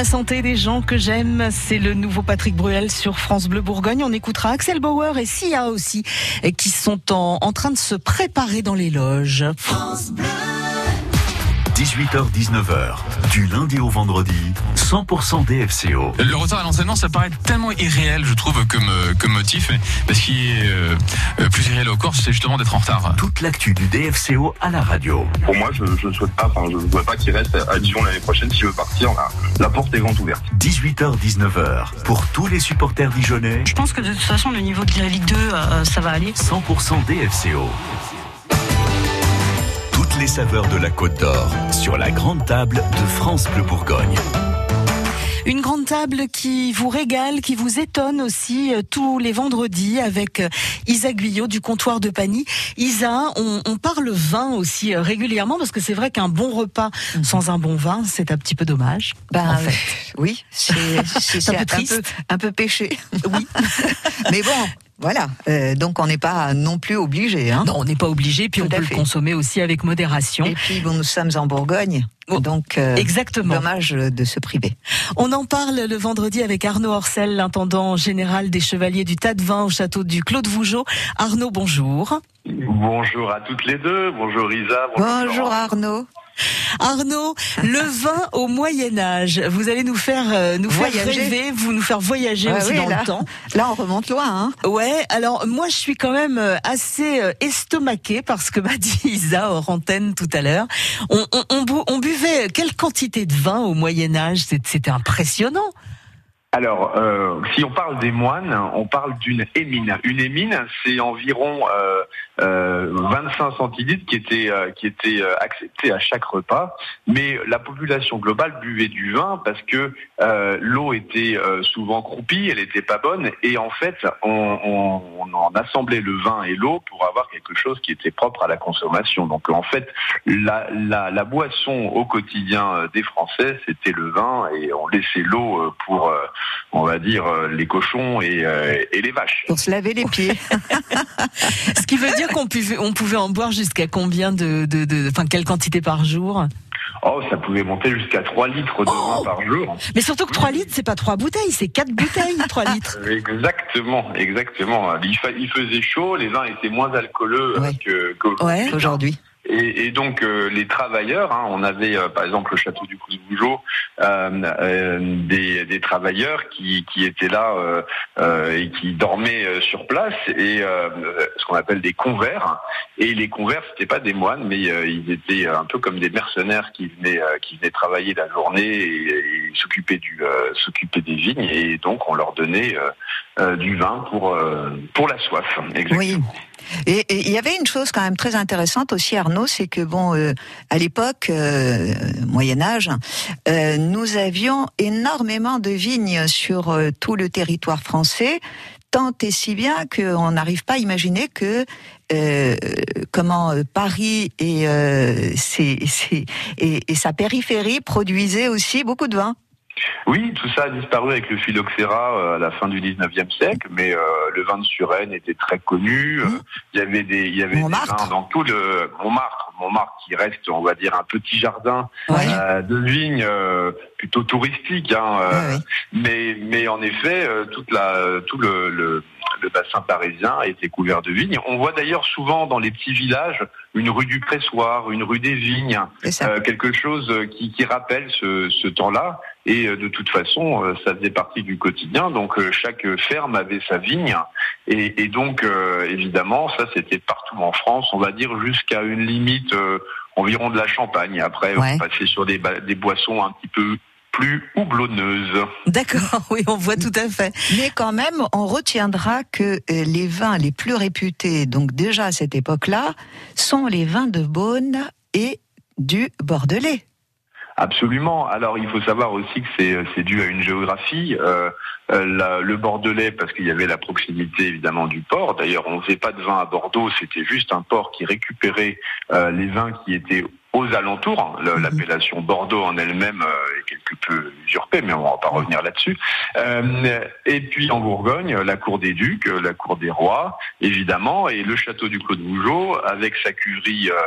La santé des gens que j'aime, c'est le nouveau Patrick Bruel sur France Bleu Bourgogne. On écoutera Axel Bauer et Sia aussi, qui sont en, en train de se préparer dans les loges. France Bleu. dix-huit heures dix-neuf heures, du lundi au vendredi, cent pour cent D F C O. Le retard à l'entraînement, ça paraît tellement irréel, je trouve, comme, comme motif. Mais ce qui est euh, plus irréel au corps, c'est justement d'être en retard. Toute l'actu du D F C O à la radio. Pour moi, je ne souhaite pas, enfin, je ne veux pas qu'il reste à Dijon l'année prochaine. Si je veux partir, la, la porte est grande ouverte. dix-huit heures dix-neuf heures, pour tous les supporters dijonnais. Je pense que de toute façon, le niveau de la Ligue deux, euh, ça va aller. cent pour cent D F C O. Toutes les saveurs de la Côte d'Or sur la grande table de France Bleu Bourgogne. Une grande table qui vous régale, qui vous étonne aussi euh, tous les vendredis avec euh, Isa Guyot du comptoir de Pagny. Isa, on, on parle vin aussi euh, régulièrement parce que c'est vrai qu'un bon repas mmh. sans un bon vin, c'est un petit peu dommage. Ben, en fait. euh, oui, c'est, c'est, c'est un, peu un, triste. peu, un peu péché. Oui. Mais bon. Voilà, euh, donc on n'est pas non plus obligé. Hein. Non, on n'est pas obligé, puis Tout on peut fait. le consommer aussi avec modération. Et puis bon, nous sommes en Bourgogne, oh, donc euh, exactement. Dommage de se priver. On en parle le vendredi avec Arnaud Orcel, l'intendant général des Chevaliers du Tas de Vin au château du Clos de Vougeot. Arnaud, bonjour. Bonjour à toutes les deux, bonjour Isa. Bonjour, bonjour Arnaud. Arnaud, le vin au Moyen-Âge. Vous allez nous faire euh, nous voyager. faire rêver, vous nous faire voyager ouais, aussi oui, dans là, le temps. Là, on remonte loin. Hein. Ouais. Alors moi, je suis quand même assez estomaquée parce que m'a dit Isa hors antenne tout à l'heure. On, on, on, bu, on buvait quelle quantité de vin au Moyen-Âge? C'était impressionnant. Alors, euh, si on parle des moines, on parle d'une émine. Une émine, c'est environ euh, euh, vingt-cinq centilitres qui étaient euh, qui étaient euh, acceptés à chaque repas. Mais la population globale buvait du vin parce que euh, l'eau était euh, souvent croupie, elle était pas bonne, et en fait, on, on, on en assemblait le vin et l'eau pour avoir quelque chose qui était propre à la consommation. Donc, en fait, la, la, la boisson au quotidien des Français, c'était le vin, et on laissait l'eau pour euh, on va dire les cochons et, euh, et les vaches. Pour se laver les pieds. Ce qui veut dire qu'on pouvait, on pouvait en boire jusqu'à combien de, de, de, enfin quelle quantité par jour? Oh, ça pouvait monter jusqu'à trois litres de oh vin par jour. Mais surtout que trois litres, c'est pas trois bouteilles, c'est quatre bouteilles, trois litres. Exactement, exactement. Il, fa- il faisait chaud, les vins étaient moins alcooleux ouais. que, qu'aujourd'hui. Ouais, aujourd'hui. Et, et donc euh, les travailleurs, hein, on avait euh, par exemple le château du Clos de Vougeot, euh, euh, des, des travailleurs qui, qui étaient là euh, euh, et qui dormaient euh, sur place, et euh, ce qu'on appelle des convers. Et les convers, c'était pas des moines, mais euh, ils étaient un peu comme des mercenaires qui venaient euh, qui venaient travailler la journée et, et s'occuper du euh, s'occuper des vignes, et donc on leur donnait euh, euh, du vin pour euh, pour la soif. Exactement. Oui. Et il y avait une chose quand même très intéressante aussi, Arnaud, c'est que bon, euh, à l'époque euh, Moyen Âge, euh, nous avions énormément de vignes sur euh, tout le territoire français, tant et si bien qu'on n'arrive pas à imaginer que euh, comment euh, Paris et, euh, ses, ses, et, et sa périphérie produisaient aussi beaucoup de vin. Oui, tout ça a disparu avec le phylloxéra à la fin du dix-neuvième siècle, mais euh, le vin de Suresnes était très connu. Mmh. Il y avait des, il y avait des vins dans tout le Montmartre, Montmartre qui reste, on va dire, un petit jardin ouais. euh, de vignes euh, plutôt touristique, hein, euh, ouais, ouais. mais mais en effet, euh, toute la, tout le, le le bassin parisien était couvert de vignes. On voit d'ailleurs souvent dans les petits villages une rue du Pressoir, une rue des Vignes, euh, quelque chose qui, qui rappelle ce, ce temps-là. Et de toute façon, ça faisait partie du quotidien. Donc chaque ferme avait sa vigne. Et, et donc, euh, évidemment, ça c'était partout en France, on va dire jusqu'à une limite euh, environ de la Champagne. Après, ouais. on passait sur des, des boissons un petit peu plus houblonneuse. D'accord, oui, on voit tout à fait. Mais quand même, on retiendra que les vins les plus réputés, donc déjà à cette époque-là, sont les vins de Beaune et du Bordelais. Absolument. Alors, il faut savoir aussi que c'est, c'est dû à une géographie. Euh, la, le Bordelais, parce qu'il y avait la proximité évidemment du port. D'ailleurs, on ne faisait pas de vin à Bordeaux, c'était juste un port qui récupérait euh, les vins qui étaient aux alentours. Le, mmh. L'appellation Bordeaux en elle-même euh, est quelque peu usurpée, mais on va pas revenir là-dessus. Euh, et puis en Bourgogne, la cour des ducs, la cour des rois, évidemment, et le château du Clos de Vougeot, avec sa cuverie euh,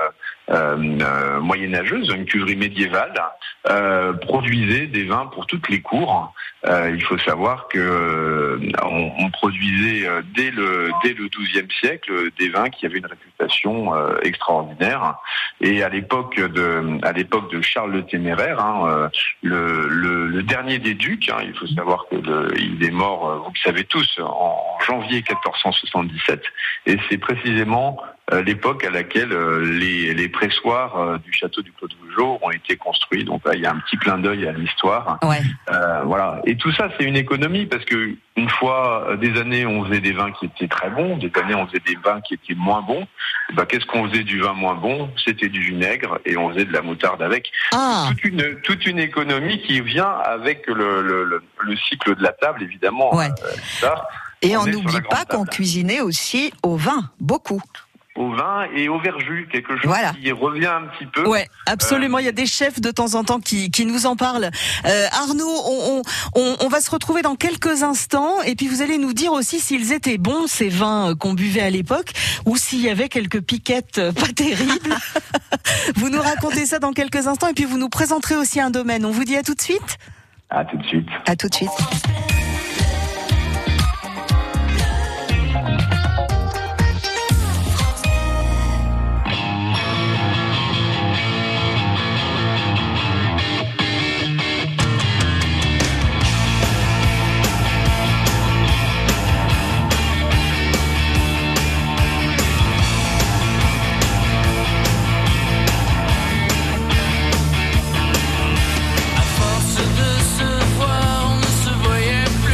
euh, euh, moyenâgeuse, une cuverie médiévale, euh, produisait des vins pour toutes les cours. Euh, il faut savoir que euh, on, on produisait euh, dès le dès le douzième siècle des vins qui avaient une réputation euh, extraordinaire. Et à l'époque de à l'époque de Charles le Téméraire, hein, euh, le, le le dernier des ducs, hein, il faut savoir que le, il est mort, euh, vous le savez tous, en janvier quatorze cent soixante-dix-sept, et c'est précisément euh, l'époque à laquelle euh, les les pressoirs euh, du château du Clos de Vougeot ont été construits. Donc là, il y a un petit clin d'œil à l'histoire. Ouais. Euh, voilà. Et tout ça, c'est une économie parce que une fois, euh, des années, on faisait des vins qui étaient très bons, des années, on faisait des vins qui étaient moins bons. Bah, qu'est-ce qu'on faisait du vin moins bon? C'était du vinaigre et on faisait de la moutarde avec. Ah. Toute une toute une économie qui vient avec le le, le, le cycle de la table, évidemment. Ouais. Euh, ça. Et on est sur n'oublie la grande pas qu'on table. cuisinait aussi au vin, beaucoup. Au vin et au verjus, quelque chose Voilà. qui revient un petit peu. Ouais, absolument. Il y a des chefs de temps en temps qui, qui nous en parlent. Euh, Arnaud, on, on, on va se retrouver dans quelques instants et puis vous allez nous dire aussi s'ils étaient bons, ces vins qu'on buvait à l'époque, ou s'il y avait quelques piquettes pas terribles. Vous nous racontez ça dans quelques instants et puis vous nous présenterez aussi un domaine. On vous dit à tout de suite. À tout de suite. À tout de suite. À force de se voir, on ne se voyait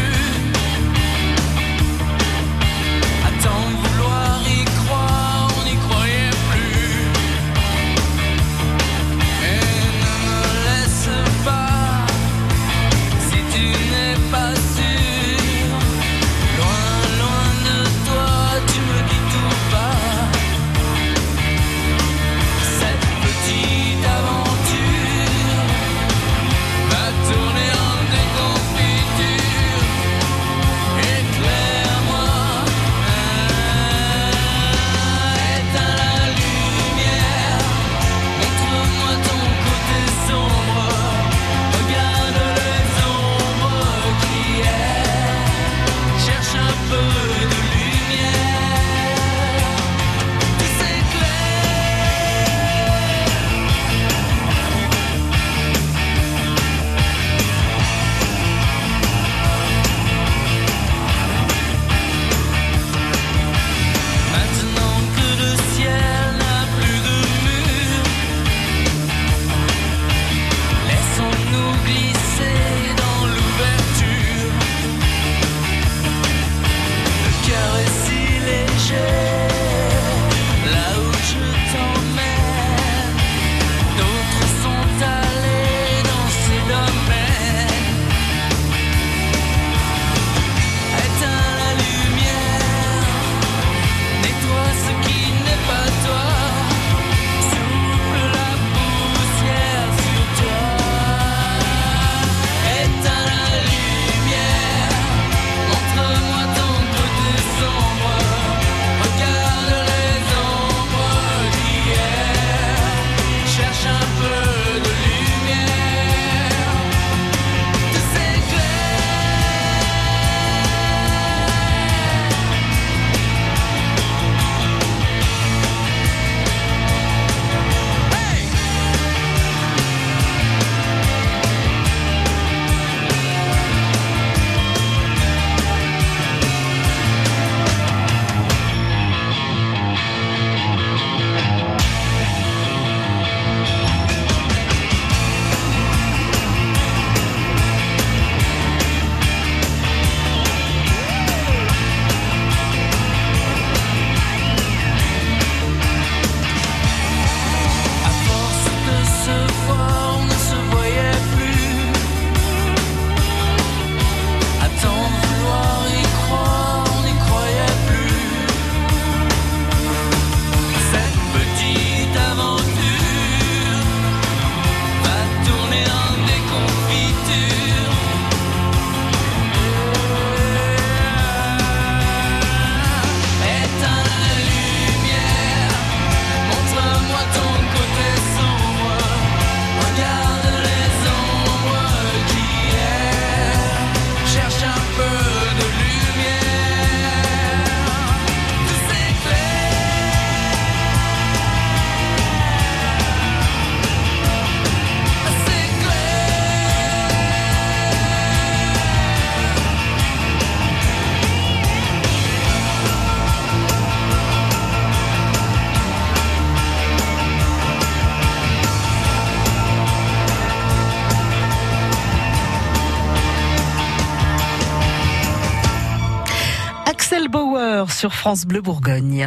Axel Bauer sur France Bleu Bourgogne.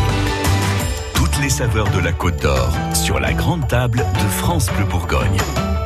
Toutes les saveurs de la Côte d'Or sur la grande table de France Bleu Bourgogne.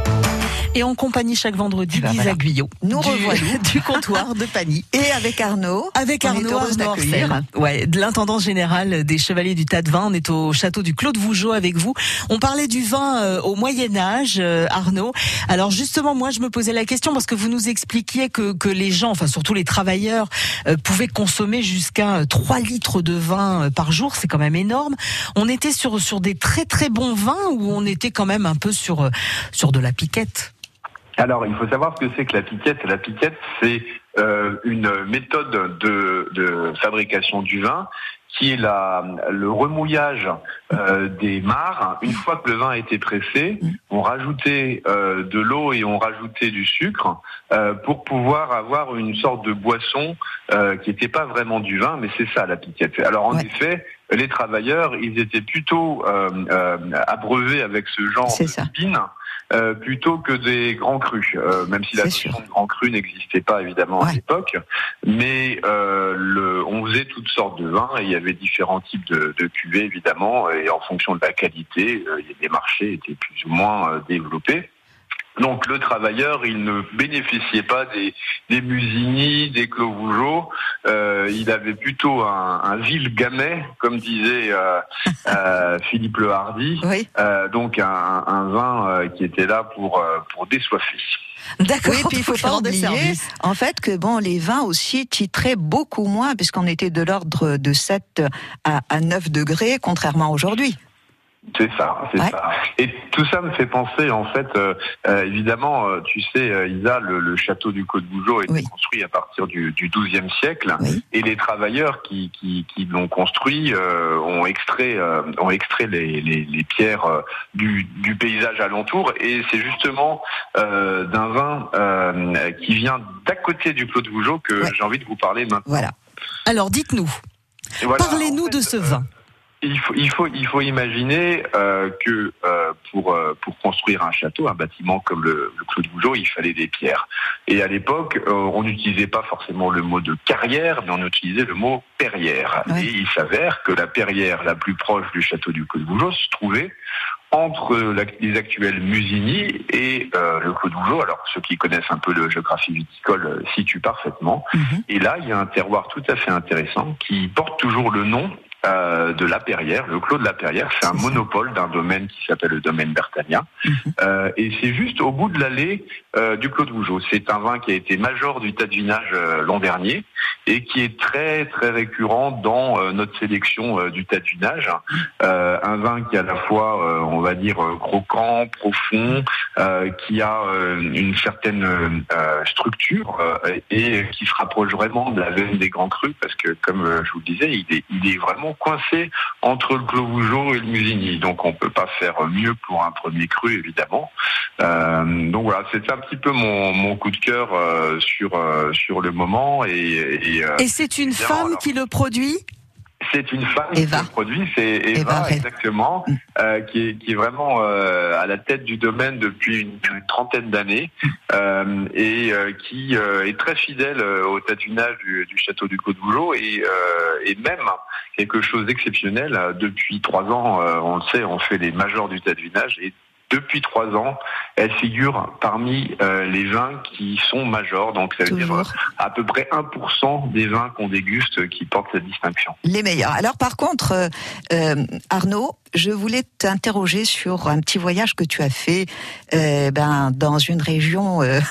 Et en compagnie chaque vendredi ben d'Isa voilà. Guyot. Nous du, revoilà du comptoir de Pagny. Et avec Arnaud. Avec on Arnaud, est heureuse Arnaud d'accueillir. Orcel. Ouais, de l'intendant général des Chevaliers du Tas de Vin. On est au château du Clos de Vougeot avec vous. On parlait du vin euh, au Moyen-Âge, euh, Arnaud. Alors justement, moi, je me posais la question parce que vous nous expliquiez que, que les gens, enfin surtout les travailleurs, euh, pouvaient consommer jusqu'à trois litres de vin euh, par jour. C'est quand même énorme. On était sur, sur des très très bons vins ou on était quand même un peu sur, euh, sur de la piquette? Alors, il faut savoir ce que c'est que la piquette. La piquette, c'est euh, une méthode de, de fabrication du vin qui est la, le remouillage euh, des mares. Une fois que le vin a été pressé, on rajoutait euh, de l'eau et on rajoutait du sucre euh, pour pouvoir avoir une sorte de boisson euh, qui n'était pas vraiment du vin, mais c'est ça la piquette. Alors en ouais. effet, les travailleurs, ils étaient plutôt euh, euh, abreuvés avec ce genre c'est de spin. Euh, plutôt que des grands crus, euh, même si la notion de grand cru n'existait pas évidemment ouais. à l'époque, mais euh, le, on faisait toutes sortes de vins et il y avait différents types de, de cuvées évidemment, et en fonction de la qualité, euh, les marchés étaient plus ou moins euh, développés. Donc le travailleur, il ne bénéficiait pas des, des Musigny, des Clos Vougeot, euh, il avait plutôt un, un vil gamay, comme disait euh, euh, Philippe Le Hardy, oui. euh, donc un, un vin euh, qui était là pour, euh, pour désoiffer. D'accord. Oui, puis il faut pas oublier, en fait, que bon, les vins aussi titraient beaucoup moins, puisqu'on était de l'ordre de sept à, à neuf degrés, contrairement à aujourd'hui. C'est ça, c'est ouais. ça. Et tout ça me fait penser, en fait, euh, euh, évidemment, euh, tu sais, euh, Isa, le, le château du Clos de Vougeot a été oui. construit à partir du, du douzième siècle, oui. et les travailleurs qui, qui, qui l'ont construit euh, ont extrait, euh, ont extrait les, les, les pierres euh, du, du paysage alentour, et c'est justement euh, d'un vin euh, qui vient d'à côté du Clos de Vougeot que ouais. j'ai envie de vous parler maintenant. Voilà. Alors, dites-nous, voilà, parlez-nous en fait, de ce vin. Euh, Il faut, il faut, il faut imaginer euh, que euh, pour euh, pour construire un château, un bâtiment comme le, le Clos de Vougeot, il fallait des pierres. Et à l'époque, euh, on n'utilisait pas forcément le mot de carrière, mais on utilisait le mot perrière. Oui. Et il s'avère que la perrière la plus proche du château du Clos de Vougeot se trouvait entre la, les actuels Musigny et euh, le Clos de Vougeot. Alors ceux qui connaissent un peu le géographie viticole euh, situent parfaitement. Mm-hmm. Et là, il y a un terroir tout à fait intéressant qui porte toujours le nom Euh, de la Perrière, le Clos de la Perrière, c'est un monopole d'un domaine qui s'appelle le domaine Bertagnin, mmh. euh, et c'est juste au bout de l'allée euh, du Clos de Vougeot. C'est un vin qui a été major du tas de vinage euh, l'an dernier et qui est très très récurrent dans euh, notre sélection euh, du tas de vinage. Euh, un vin qui est à la fois, euh, on va dire, euh, croquant, profond, euh, qui a euh, une certaine euh, structure euh, et qui se rapproche vraiment de la veine des grands crus, parce que comme euh, je vous le disais, il est, il est vraiment coincé entre le Clos Vougeot et le Musigny, donc on peut pas faire mieux pour un premier cru évidemment. Euh, donc voilà, c'est un petit peu mon, mon coup de cœur euh, sur euh, sur le moment. Et et, euh, et c'est une femme alors, qui le produit. C'est une femme Eva. qui le produit, c'est Eva, Eva exactement, euh, qui est qui est vraiment euh, à la tête du domaine depuis une, une trentaine d'années euh, et euh, qui euh, est très fidèle au tas de vinage du, du château du Clos de Vougeot et euh, et même quelque chose d'exceptionnel. Depuis trois ans, euh, on le sait, on fait les majors du tas de vinage et depuis trois ans, elle figure parmi euh, les vins qui sont majors, donc ça veut Toujours. dire euh, à peu près un pour cent des vins qu'on déguste qui portent cette distinction. Les meilleurs. Alors par contre, euh, euh, Arnaud, je voulais t'interroger sur un petit voyage que tu as fait euh, ben, dans une région euh,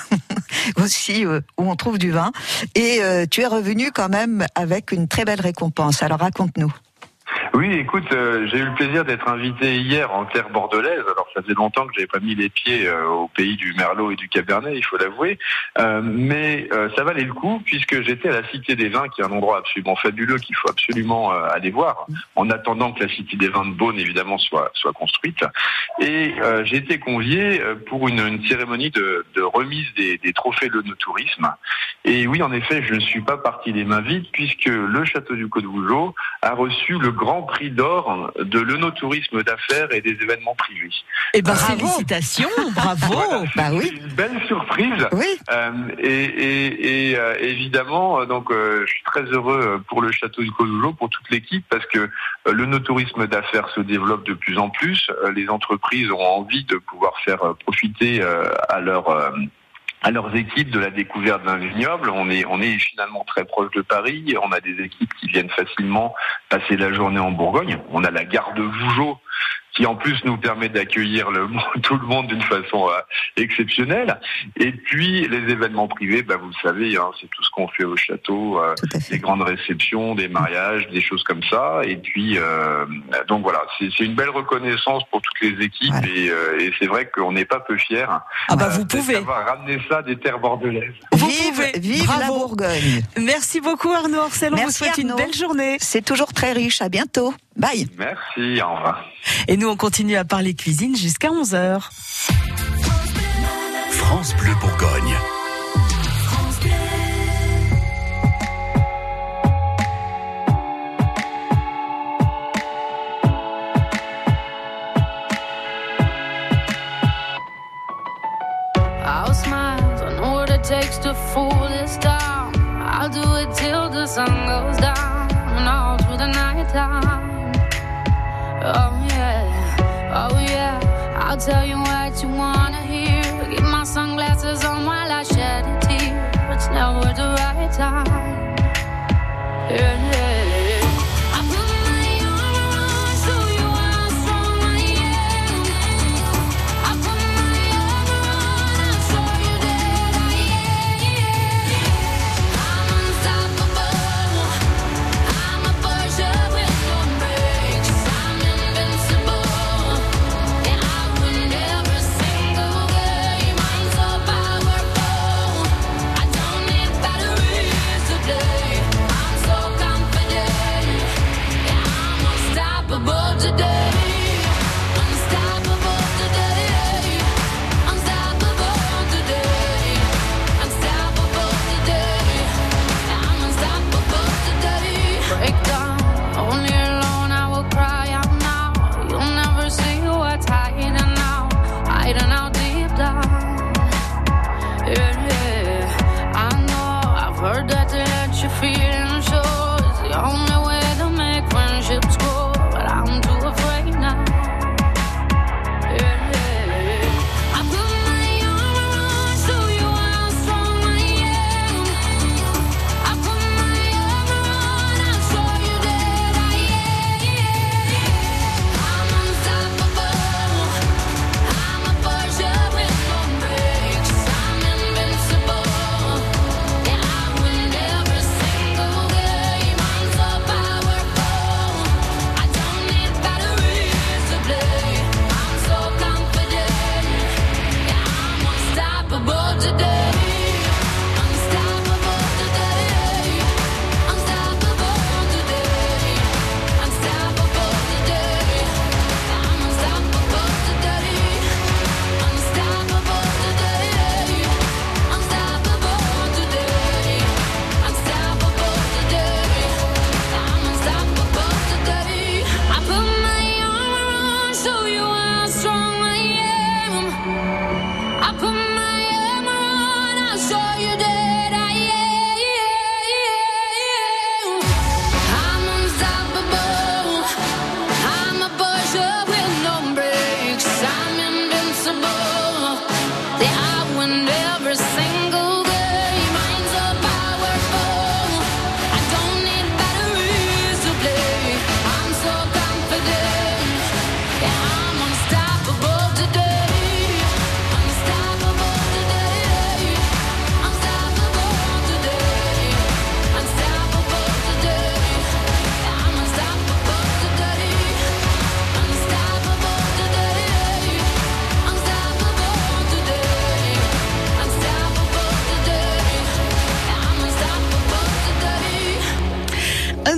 aussi euh, où on trouve du vin, et euh, tu es revenu quand même avec une très belle récompense. Alors raconte-nous. Oui, écoute, euh, j'ai eu le plaisir d'être invité hier en terre bordelaise. Alors, ça faisait longtemps que j'avais pas mis les pieds euh, au pays du Merlot et du Cabernet, il faut l'avouer. Euh, mais euh, ça valait le coup puisque j'étais à la Cité des Vins, qui est un endroit absolument fabuleux qu'il faut absolument euh, aller voir, en attendant que la Cité des Vins de Beaune, évidemment, soit soit construite. Et euh, j'ai été convié pour une, une cérémonie de, de remise des, des trophées de tourisme. Et oui, en effet, je ne suis pas parti les mains vides puisque le château du Clos de Vougeot a reçu le grand grand prix d'or de l'œnotourisme d'affaires et des événements privés. Eh ben, bravo. Félicitations, bravo. Voilà, bah oui. Une belle surprise. Oui. Euh, et, et, et euh, évidemment, donc, euh, je suis très heureux pour le château du Clos de Vougeot, pour toute l'équipe, parce que euh, l'œnotourisme d'affaires se développe de plus en plus. Euh, les entreprises ont envie de pouvoir faire euh, profiter euh, à leur euh, à leurs équipes de la découverte d'un vignoble. On est, on est finalement très proche de Paris. On a des équipes qui viennent facilement passer la journée en Bourgogne. On a la gare de Vougeot qui en plus nous permet d'accueillir le, tout le monde d'une façon euh, exceptionnelle. Et puis les événements privés, bah, vous le savez, hein, c'est tout ce qu'on fait au château, euh, des grandes réceptions, des mariages, des choses comme ça. Et puis euh, donc voilà, c'est, c'est une belle reconnaissance pour toutes les équipes, ouais. et, euh, et c'est vrai qu'on n'est pas peu fiers ah bah, vous euh, pouvez d'avoir ramené ça des terres bordelaises. Vous vive, pouvez. Vive Bravo. la Bourgogne. Merci beaucoup Arnaud Orcel, on Merci vous souhaite Arnaud. une belle journée. C'est toujours très riche, à bientôt. Bye. Merci, au revoir. Et nous on continue à parler cuisine jusqu'à onze heures. France Bleu Bourgogne. I'll smile, I know what it takes to fool this town. I'll do it till the sun goes down and all through the night time. Oh yeah, oh yeah, I'll tell you what you wanna hear. Keep my sunglasses on while I shed a tear. It's never the right time. Yeah, yeah. To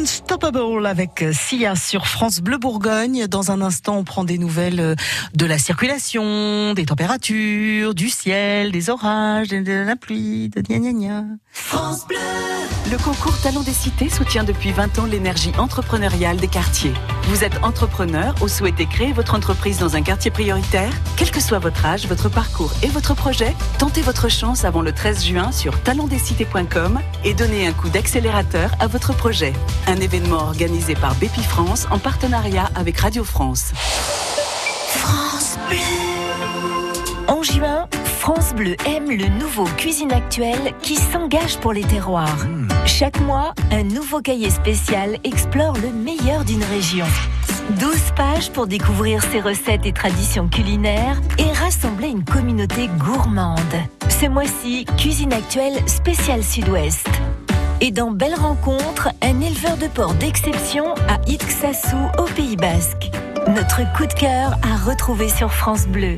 Unstoppable avec Sia sur France Bleu Bourgogne. Dans un instant, on prend des nouvelles de la circulation, des températures, du ciel, des orages, de la pluie, de gna gna gna. France Bleu. Le concours Talents des Cités soutient depuis vingt ans l'énergie entrepreneuriale des quartiers. Vous êtes entrepreneur ou souhaitez créer votre entreprise dans un quartier prioritaire? Quel que soit votre âge, votre parcours et votre projet, tentez votre chance avant le treize juin sur talents des cités point com et donnez un coup d'accélérateur à votre projet. Un événement organisé par Bpifrance en partenariat avec Radio France. France Bleu. En juin, France Bleu aime le nouveau Cuisine Actuelle qui s'engage pour les terroirs. Chaque mois, un nouveau cahier spécial explore le meilleur d'une région. douze pages pour découvrir ses recettes et traditions culinaires et rassembler une communauté gourmande. Ce mois-ci, Cuisine Actuelle spécial Sud-Ouest. Et dans Belle Rencontre, un éleveur de porc d'exception à Ixassou au Pays Basque. Notre coup de cœur à retrouver sur France Bleu.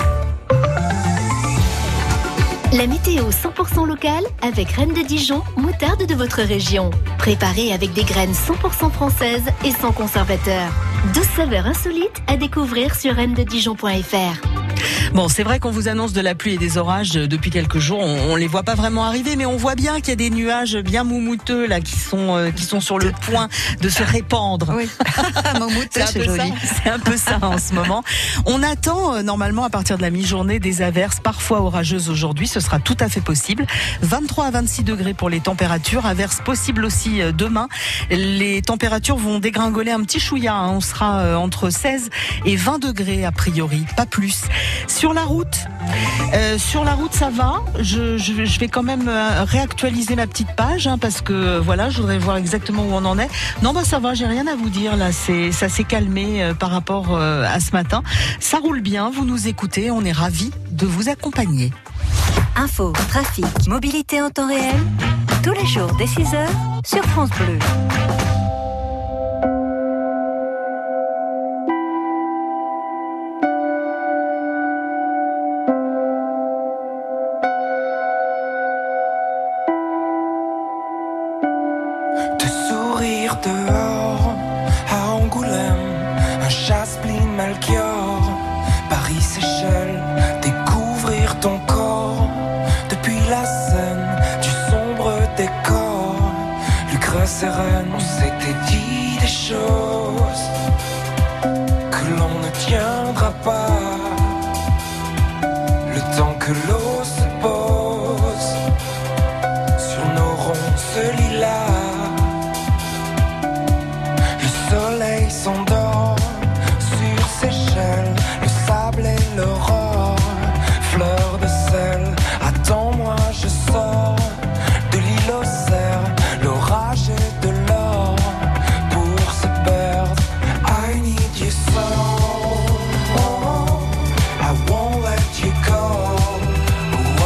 La météo cent pour cent locale avec Reine de Dijon, moutarde de votre région. Préparée avec des graines cent pour cent françaises et sans conservateur. douze saveurs insolites à découvrir sur reine de dijon point f r. Bon, c'est vrai qu'on vous annonce de la pluie et des orages depuis quelques jours. On, on les voit pas vraiment arriver, mais on voit bien qu'il y a des nuages bien moumouteux là qui sont euh, qui sont sur le point de se répandre. Oui. Moumouteux, c'est, c'est joli. Ça, c'est un peu ça en ce moment. On attend euh, normalement à partir de la mi-journée des averses parfois orageuses aujourd'hui. Ce sera tout à fait possible. vingt-trois à vingt-six degrés pour les températures. Averses possibles aussi euh, demain. Les températures vont dégringoler un petit chouïa. Hein. On sera euh, entre seize et vingt degrés a priori, pas plus. Sur la route, euh, sur la route ça va. Je, je, je vais quand même euh, réactualiser la petite page hein, parce que euh, voilà, je voudrais voir exactement où on en est. Non bah ça va, j'ai rien à vous dire là. C'est ça s'est calmé euh, par rapport euh, à ce matin. Ça roule bien. Vous nous écoutez, on est ravis de vous accompagner. Info, trafic, mobilité en temps réel. Tous les jours dès six heures sur France Bleu. Dehors, à Angoulême, un Chasse-Pline Malchior, Paris, Seychelles, découvrir ton corps, depuis la scène, du sombre décor, Lucre sereine, on s'était dit des choses que l'on ne tiendra pas, le temps que l'eau se pose, sur nos ronces lilas. Le soleil s'endort sur Seychelles, le sable et l'aurore, fleur de sel, attends-moi je sors de l'île aux cerfs, l'orage et de l'or pour se perdre. I need you so, oh, I won't let you go.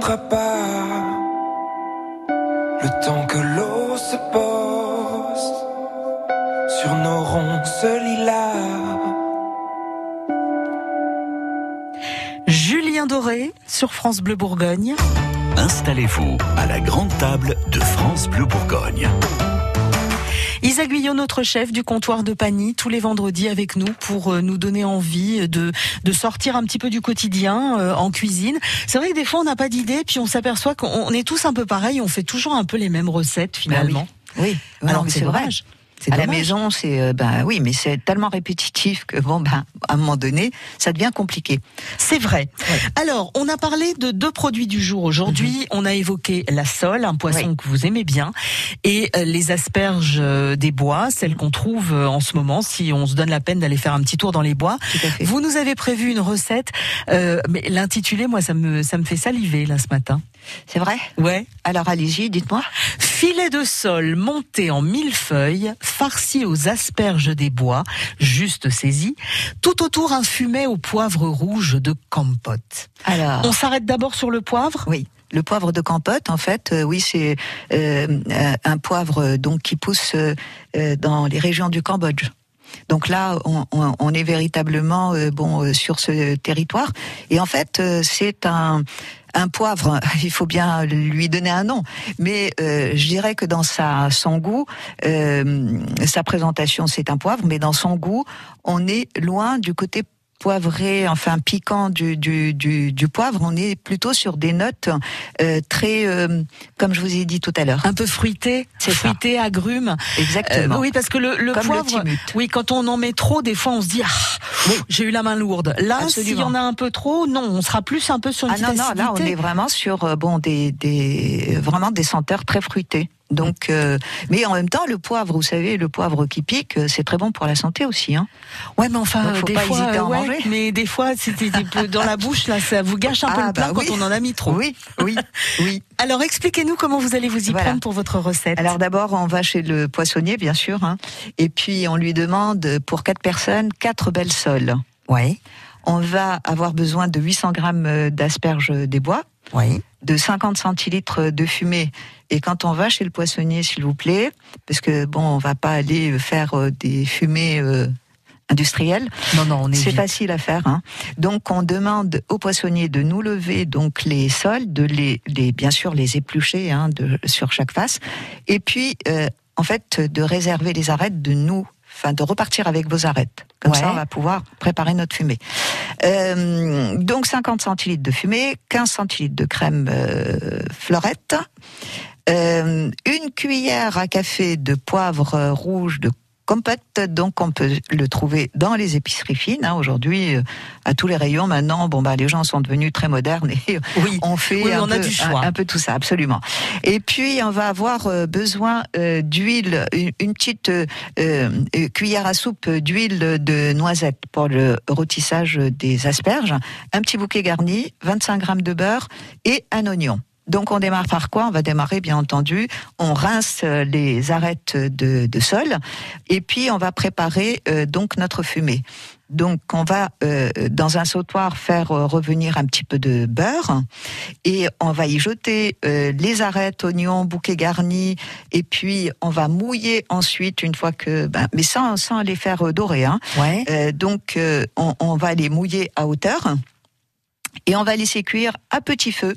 fera pas. Le temps que l'eau se pose sur nos ronces lilas. Julien Doré sur France Bleu Bourgogne. Installez-vous à la grande table de France Bleu Bourgogne. Isa Guyot, notre chef du comptoir de Pagny, tous les vendredis avec nous pour nous donner envie de, de sortir un petit peu du quotidien euh, en cuisine. C'est vrai que des fois on n'a pas d'idée, puis on s'aperçoit qu'on est tous un peu pareils, on fait toujours un peu les mêmes recettes finalement. Bah oui, oui. Alors que c'est dommage. C'est à dommage. La maison, c'est euh, ben oui, mais c'est tellement répétitif que bon, ben à un moment donné, ça devient compliqué. C'est vrai. Ouais. Alors, on a parlé de deux produits du jour aujourd'hui. Mm-hmm. On a évoqué la sole, un poisson oui. que vous aimez bien, et euh, les asperges euh, des bois, celles qu'on trouve euh, en ce moment, si on se donne la peine d'aller faire un petit tour dans les bois. Tout à fait. Vous nous avez prévu une recette, euh, mais l'intitulé, moi, ça me ça me fait saliver là ce matin. C'est vrai ? Ouais. Alors allez-y, dites-moi. Filet de sole monté en millefeuille, farci aux asperges des bois, juste saisi. Tout autour un fumet au poivre rouge de Campote. Alors. On s'arrête d'abord sur le poivre ? Oui. Le poivre de Campote, en fait, euh, oui, c'est euh, un poivre donc qui pousse euh, dans les régions du Cambodge. Donc là, on, on, on est véritablement euh, bon euh, sur ce territoire. Et en fait, euh, c'est un un poivre. Il faut bien lui donner un nom. Mais euh, je dirais que dans sa son goût, euh, sa présentation, c'est un poivre, mais dans son goût, on est loin du côté poivré, enfin piquant du, du, du, du poivre, on est plutôt sur des notes euh, très, euh, comme je vous ai dit tout à l'heure. Un peu fruité, c'est fruité, ça. Agrumes. Exactement. Euh, oui, parce que le, le comme poivre, le oui, quand on en met trop, des fois on se dit, ah, oui. j'ai eu la main lourde. Là, s'il y en a un peu trop, non, on sera plus un peu sur une ah, petite non, acidité. Non, là, on est vraiment sur, euh, bon, des, des, vraiment des senteurs très fruitées. Donc, euh, mais en même temps, le poivre, vous savez, le poivre qui pique, c'est très bon pour la santé aussi, hein. Ouais, mais enfin, donc, faut des pas fois, hésiter à en ouais, manger. Mais des fois, c'était dans la bouche, là, ça vous gâche un ah, peu le plat bah, quand oui. on en a mis trop. Oui, oui, oui. Alors, expliquez-nous comment vous allez vous y voilà. prendre pour votre recette. Alors d'abord, on va chez le poissonnier, bien sûr, hein, et puis on lui demande pour quatre personnes quatre belles soles. Ouais. On va avoir besoin de huit cents grammes d'asperges des bois. Oui. De cinquante centilitres de fumée. Et quand on va chez le poissonnier, s'il vous plaît, parce que bon, on va pas aller faire des fumées euh, industrielles. Non, non, on est C'est vite. facile à faire. Hein. Donc, on demande au poissonnier de nous lever donc les sols, de les, les bien sûr les éplucher hein, de, sur chaque face, et puis euh, en fait de réserver les arêtes, de nous, enfin de repartir avec vos arêtes. Comme ouais. ça, on va pouvoir préparer notre fumée. Euh, donc cinquante centilitres de fumée, quinze centilitres de crème euh, fleurette, euh, une cuillère à café de poivre rouge de Campote, donc on peut le trouver dans les épiceries fines. Hein, aujourd'hui, euh, à tous les rayons, maintenant, bon bah les gens sont devenus très modernes et oui. on fait oui, un, on peu, a du choix. Un, un peu tout ça, absolument. Et puis on va avoir euh, besoin euh, d'huile, une, une petite euh, euh, cuillère à soupe d'huile de noisette pour le rôtissage des asperges, un petit bouquet garni, vingt-cinq grammes de beurre et un oignon. Donc on démarre par quoi ? On va démarrer bien entendu, on rince les arêtes de, de sol et puis on va préparer euh, donc notre fumée. Donc on va euh, dans un sautoir faire euh, revenir un petit peu de beurre et on va y jeter euh, les arêtes, oignons, bouquets garnis et puis on va mouiller ensuite une fois que, ben, mais sans, sans les faire dorer. Hein. Ouais. Euh, donc euh, on, on va les mouiller à hauteur et on va laisser cuire à petit feu.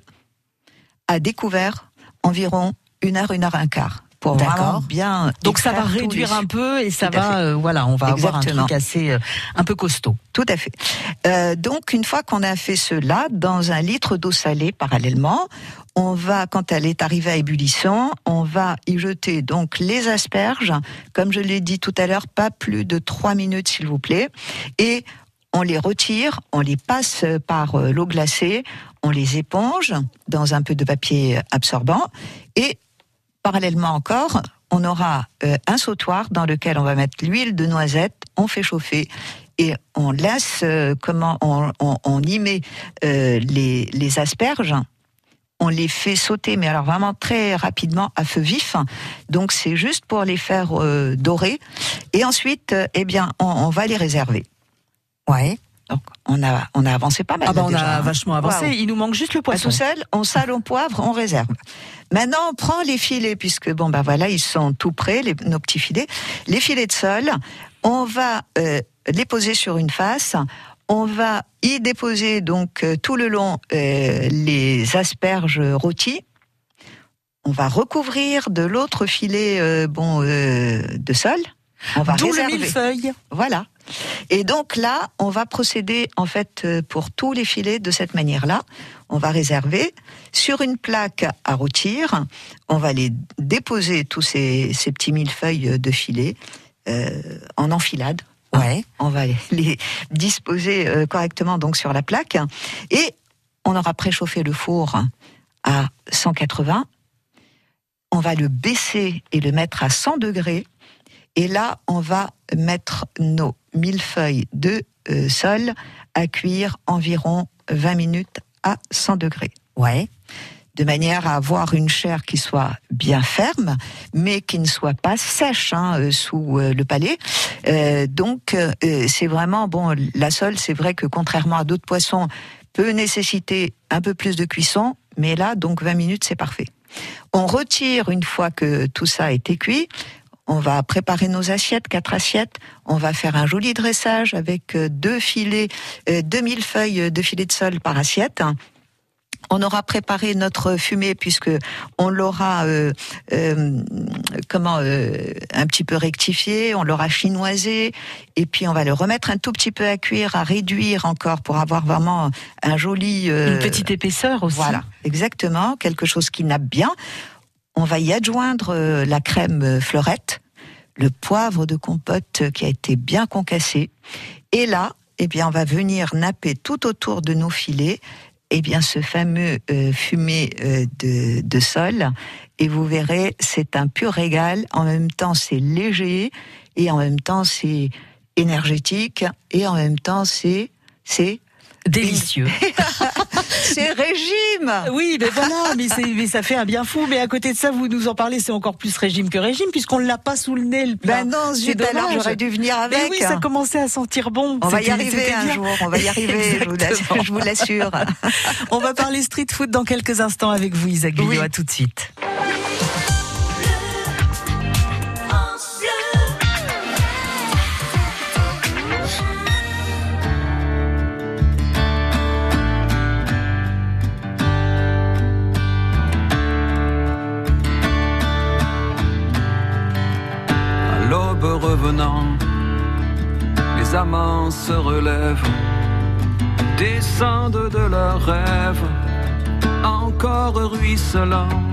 À découvert environ une heure, une heure un quart. Pour vraiment bien. Donc ça va réduire un peu et ça va, euh, voilà, on va Exactement. avoir un truc assez, euh, un peu costaud. Tout à fait. Euh, donc une fois qu'on a fait cela, dans un litre d'eau salée parallèlement, on va, quand elle est arrivée à ébullition, on va y jeter donc les asperges, comme je l'ai dit tout à l'heure, pas plus de trois minutes s'il vous plaît, et on les retire, on les passe par l'eau glacée, on les éponge dans un peu de papier absorbant et parallèlement encore, on aura euh, un sautoir dans lequel on va mettre l'huile de noisette, on fait chauffer et on laisse euh, comment on, on, on y met euh, les, les asperges. On les fait sauter, mais alors vraiment très rapidement à feu vif. Donc c'est juste pour les faire euh, dorer. Et ensuite, euh, eh bien, on, on va les réserver. Ouais. Donc, on a, on a avancé pas mal. Ah bah on déjà, a hein. vachement avancé. Wow. Il nous manque juste le poisson. À tout seul, on sale, on poivre, on réserve. Maintenant, on prend les filets, puisque bon, bah voilà, ils sont tout prêts, les, nos petits filets. Les filets de sole, on va euh, les poser sur une face. On va y déposer donc euh, tout le long euh, les asperges rôties. On va recouvrir de l'autre filet euh, bon euh, de sole. On va D'où réserver. le millefeuille. Voilà. Et donc là, on va procéder en fait pour tous les filets de cette manière-là. On va réserver sur une plaque à rôtir. On va les déposer tous ces, ces petits millefeuilles de filets euh, en enfilade. Ouais. On va les, les disposer euh, correctement donc sur la plaque. Et on aura préchauffé le four à cent quatre-vingts. On va le baisser et le mettre à cent degrés. Et là, on va mettre nos millefeuilles de euh, sole à cuire environ vingt minutes à cent degrés. Ouais. De manière à avoir une chair qui soit bien ferme, mais qui ne soit pas sèche hein, euh, sous euh, le palais. Euh, donc, euh, c'est vraiment, bon, la sole, c'est vrai que contrairement à d'autres poissons, peut nécessiter un peu plus de cuisson, mais là, donc vingt minutes, c'est parfait. On retire une fois que tout ça a été cuit. On va préparer nos assiettes, quatre assiettes. On va faire un joli dressage avec deux filets, euh, deux millefeuilles de filets de sole par assiette. On aura préparé notre fumée puisque on l'aura euh, euh, comment euh, un petit peu rectifié, on l'aura chinoisé et puis on va le remettre un tout petit peu à cuire, à réduire encore pour avoir vraiment un joli euh, une petite épaisseur aussi. Voilà, exactement, quelque chose qui nappe bien. On va y adjoindre la crème fleurette, le poivre de compote qui a été bien concassé. Et là, eh bien, on va venir napper tout autour de nos filets, eh bien, ce fameux euh, fumé euh, de, de sole. Et vous verrez, c'est un pur régal. En même temps, c'est léger et en même temps, c'est énergétique et en même temps, c'est c'est délicieux. C'est régime. Oui, mais voilà, mais, c'est, mais ça fait un bien fou. Mais à côté de ça, vous nous en parlez, c'est encore plus régime que régime, puisqu'on ne l'a pas sous le nez, le plat. Ben non, zut, alors j'aurais dû venir avec. Mais oui, ça commençait à sentir bon. On c'était, va y arriver un jour, on va y arriver, je vous l'assure. On va parler street food dans quelques instants avec vous, Isa Guyot. Oui. À tout de suite. Revenant, les amants se relèvent, descendent de leurs rêves, encore ruisselants.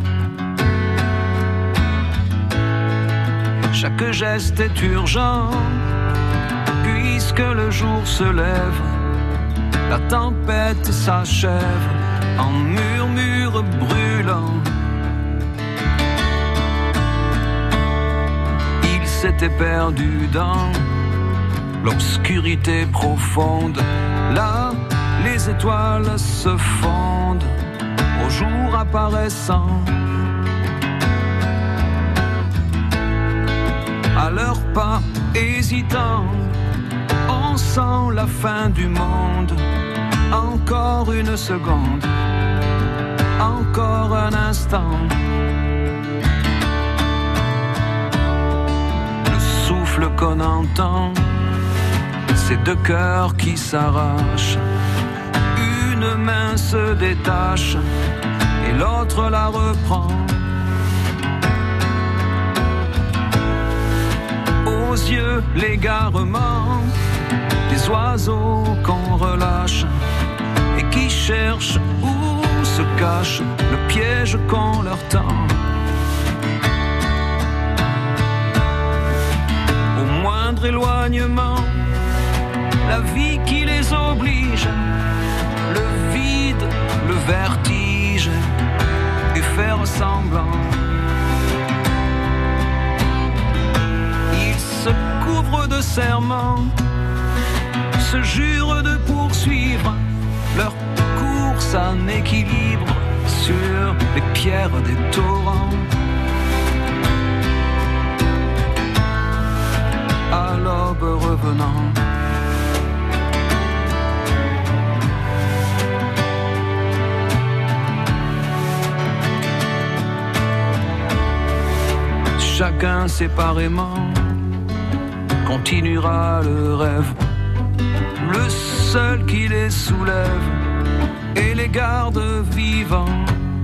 Chaque geste est urgent, puisque le jour se lève, la tempête s'achève en murmures brûlants. S'était perdu dans l'obscurité profonde. Là, les étoiles se fondent au jour apparaissant. À leurs pas hésitants, on sent la fin du monde. Encore une seconde, encore un instant. Qu'on entend, c'est deux cœurs qui s'arrachent. Une main se détache et l'autre la reprend. Aux yeux, l'égarement des oiseaux qu'on relâche et qui cherchent où se cache le piège qu'on leur tend. Éloignement, la vie qui les oblige, le vide, le vertige, et faire semblant. Ils se couvrent de serments, se jurent de poursuivre leur course en équilibre sur les pierres des torrents. À l'aube revenant, chacun séparément continuera le rêve. Le seul qui les soulève et les garde vivants,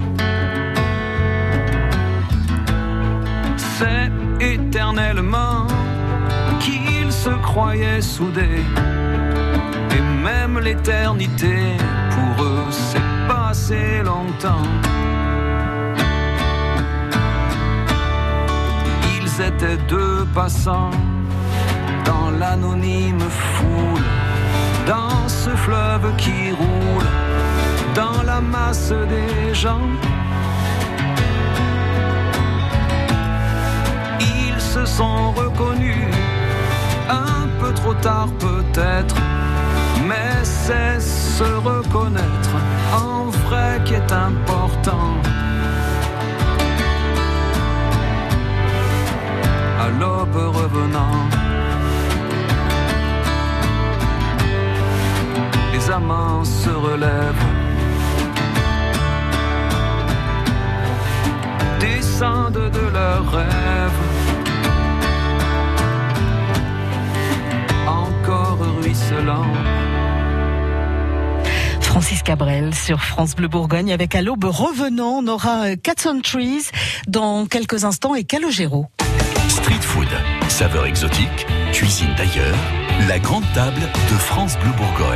c'est éternellement qu'ils se croyaient soudés. Et même l'éternité, pour eux, c'est passé longtemps. Ils étaient deux passants dans l'anonyme foule, dans ce fleuve qui roule, dans la masse des gens. Ils se sont reconnus, un peu trop tard peut-être, mais c'est se reconnaître en vrai qui est important. À l'aube revenant, les amants se relèvent, descendent de leurs rêves, encore ruisselant. Francis Cabrel sur France Bleu Bourgogne avec À l'aube revenant. On aura Cats on Trees dans quelques instants et Calogero. Street food, saveurs exotiques, cuisine d'ailleurs, la grande table de France Bleu Bourgogne.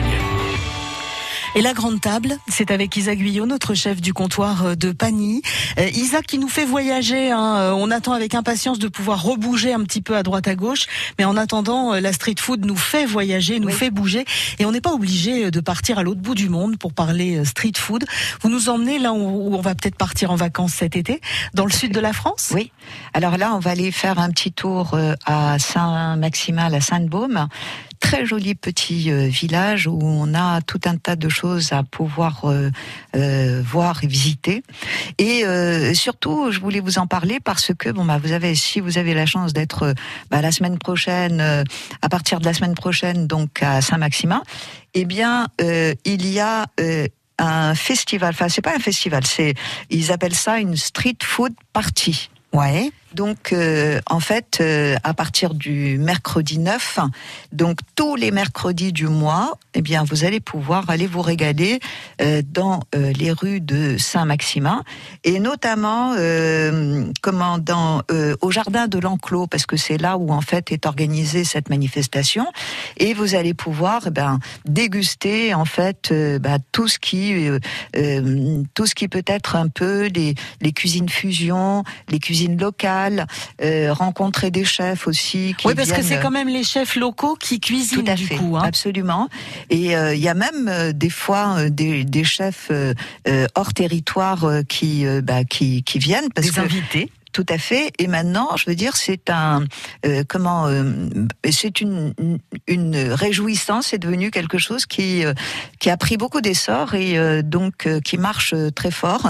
Et la grande table, c'est avec Isa Guyot, notre chef du comptoir de Pagny. Euh, Isa qui nous fait voyager, hein. On attend avec impatience de pouvoir rebouger un petit peu à droite à gauche, mais en attendant, la street food nous fait voyager, nous oui. fait bouger, et on n'est pas obligé de partir à l'autre bout du monde pour parler street food. Vous nous emmenez là où on va peut-être partir en vacances cet été, dans le sud de la France? Oui. Alors là, on va aller faire un petit tour à Saint-Maximin, à Sainte-Baume. Très joli petit euh, village où on a tout un tas de choses à pouvoir euh, euh, voir et visiter. Et euh, surtout, je voulais vous en parler parce que bon bah vous avez, si vous avez la chance d'être bah, la semaine prochaine, euh, à partir de la semaine prochaine, donc à Saint-Maximin, eh bien euh, il y a euh, un festival. Enfin, c'est pas un festival, c'est ils appellent ça une street food party. Ouais. Donc, euh, en fait, euh, à partir du mercredi neuf, donc tous les mercredis du mois, eh bien, vous allez pouvoir aller vous régaler euh, dans euh, les rues de Saint-Maximin et notamment, euh, comment, dans euh, au jardin de l'Enclos, parce que c'est là où en fait est organisée cette manifestation. Et vous allez pouvoir, eh ben, déguster en fait euh, bah, tout ce qui, euh, euh, tout ce qui peut être un peu les les cuisines fusion, les cuisines locales. Euh, rencontrer des chefs aussi qui oui parce viennent... que c'est quand même les chefs locaux qui cuisinent tout à du fait, coup hein. Absolument. Et il euh, y a même euh, des fois euh, des, des chefs euh, hors territoire euh, qui, euh, bah, qui qui viennent parce des que invités. Tout à fait. Et maintenant, je veux dire, c'est un euh, comment euh, c'est une une réjouissance. C'est devenu quelque chose qui euh, qui a pris beaucoup d'essor et euh, donc euh, qui marche très fort.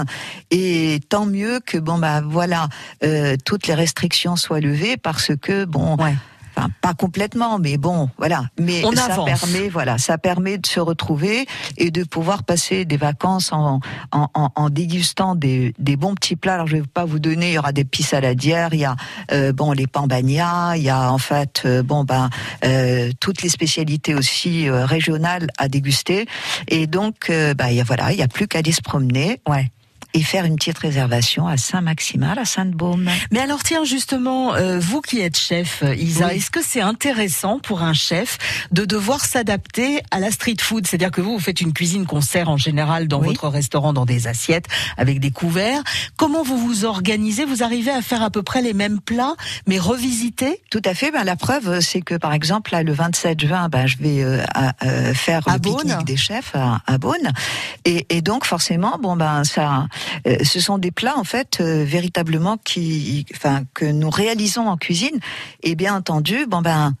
Et tant mieux que bon bah voilà euh, toutes les restrictions soient levées parce que bon. Ouais. Enfin, pas complètement, mais bon, voilà. Mais on ça avance. permet, voilà, ça permet de se retrouver et de pouvoir passer des vacances en, en, en, en dégustant des, des bons petits plats. Alors, je vais pas vous donner, il y aura des petits saladières, il y a, euh, bon, les pambagnas, il y a, en fait, euh, bon, ben, euh, toutes les spécialités aussi euh, régionales à déguster. Et donc, euh, bah, il y a, voilà, il y a plus qu'à aller se promener. Ouais. Et faire une petite réservation à Saint-Maximin, à Sainte-Baume. Mais alors tiens, justement, euh, vous qui êtes chef, Isa, oui. Est-ce que c'est intéressant pour un chef de devoir s'adapter à la street food? C'est-à-dire que vous, vous faites une cuisine qu'on sert en général dans oui. votre restaurant, dans des assiettes, avec des couverts. Comment vous vous organisez? Vous arrivez à faire à peu près les mêmes plats, mais revisités? Tout à fait. Ben, la preuve, c'est que par exemple, là, le vingt-sept juin, ben, je vais euh, à, euh, faire à le Beaune. Pique-nique des chefs à, à Beaune. Et, et donc, forcément, bon ben ça... Euh, ce sont des plats en fait euh, véritablement qui, enfin que nous réalisons en cuisine et bien entendu, bon ben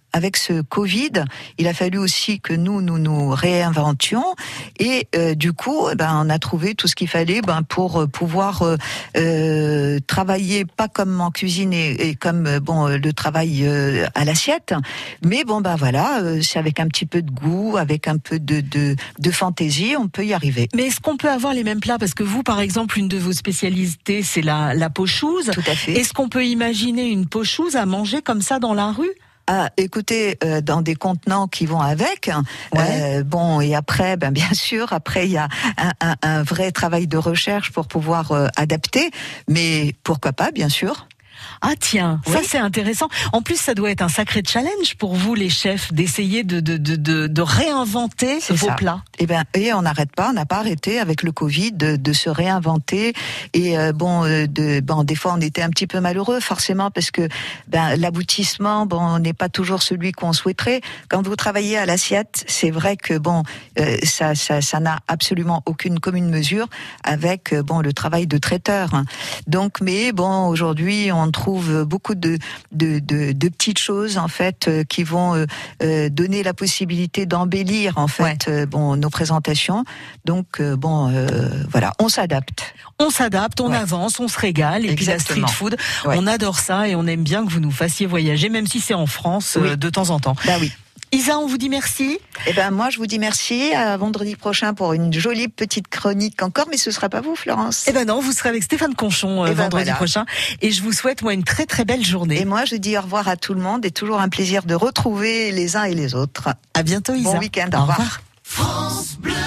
avec ce Covid, il a fallu aussi que nous nous nous réinventions et euh, du coup, ben on a trouvé tout ce qu'il fallait ben pour pouvoir euh, euh, travailler pas comme en cuisine et, et comme euh, bon le travail euh, à l'assiette, mais bon ben voilà, euh, c'est avec un petit peu de goût, avec un peu de de, de fantaisie, on peut y arriver. Mais est-ce qu'on peut avoir les mêmes plats? Parce que vous, par exemple, une de vos spécialités, c'est la la pochouse. Tout à fait. Est-ce qu'on peut imaginer une pochouse à manger comme ça dans la rue? Ah, écoutez, euh, dans des contenants qui vont avec. Ouais. Euh, bon, et après, ben bien sûr, après il y a un, un, un vrai travail de recherche pour pouvoir euh, adapter. Mais pourquoi pas, bien sûr. Ah tiens, oui. Ça c'est intéressant. En plus, ça doit être un sacré challenge pour vous, les chefs, d'essayer de de de de, de réinventer c'est vos ça. plats. Et ben, et on n'arrête pas, on n'a pas arrêté avec le Covid de, de se réinventer. Et euh, bon, euh, de bon, des fois on était un petit peu malheureux, forcément, parce que ben l'aboutissement, bon, n'est pas toujours celui qu'on souhaiterait. Quand vous travaillez à l'assiette, c'est vrai que bon, euh, ça ça ça n'a absolument aucune commune mesure avec euh, bon le travail de traiteur. Donc, mais bon, aujourd'hui on trouve beaucoup de, de, de, de petites choses en fait euh, qui vont euh, euh, donner la possibilité d'embellir en fait ouais. euh, bon nos présentations. Donc euh, bon euh, voilà, on s'adapte. On s'adapte, on ouais. avance, on se régale et Exactement. puis la street food, ouais. on adore ça et on aime bien que vous nous fassiez voyager, même si c'est en France oui. euh, de temps en temps. Bah oui. Isa, on vous dit merci. Eh ben moi, je vous dis merci. À vendredi prochain pour une jolie petite chronique encore, mais ce sera pas vous, Florence. Eh ben non, vous serez avec Stéphane Conchon euh, vendredi ben voilà. prochain. Et je vous souhaite moi une très très belle journée. Et moi, je dis au revoir à tout le monde. Et toujours un plaisir de retrouver les uns et les autres. À bientôt, Isa. Bon week-end. Au, au revoir. revoir. France Bleu.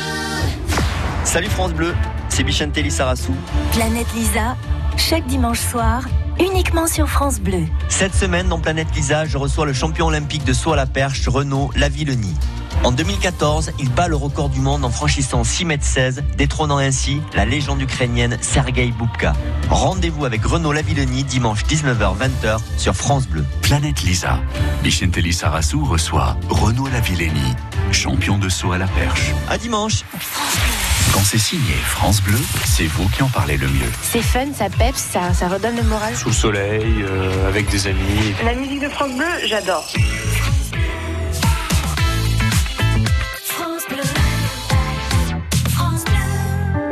Salut France Bleu, c'est Bichente Lissarassou. Planète Lisa, chaque dimanche soir, uniquement sur France Bleu. Cette semaine, dans Planète Lisa, je reçois le champion olympique de saut à la perche, Renaud Lavillenie. En deux mille quatorze, il bat le record du monde en franchissant six mètres seize, détrônant ainsi la légende ukrainienne Sergei Boubka. Rendez-vous avec Renaud Lavillenie dimanche dix-neuf heures vingt sur France Bleu. Planète Lisa. Bichente Lissarassou reçoit Renaud Lavillenie, champion de saut à la perche. À dimanche. Quand c'est signé France Bleu, c'est vous qui en parlez le mieux. C'est fun, ça peps, ça, ça redonne le moral. Sous le soleil, euh, avec des amis. La musique de France Bleu, j'adore.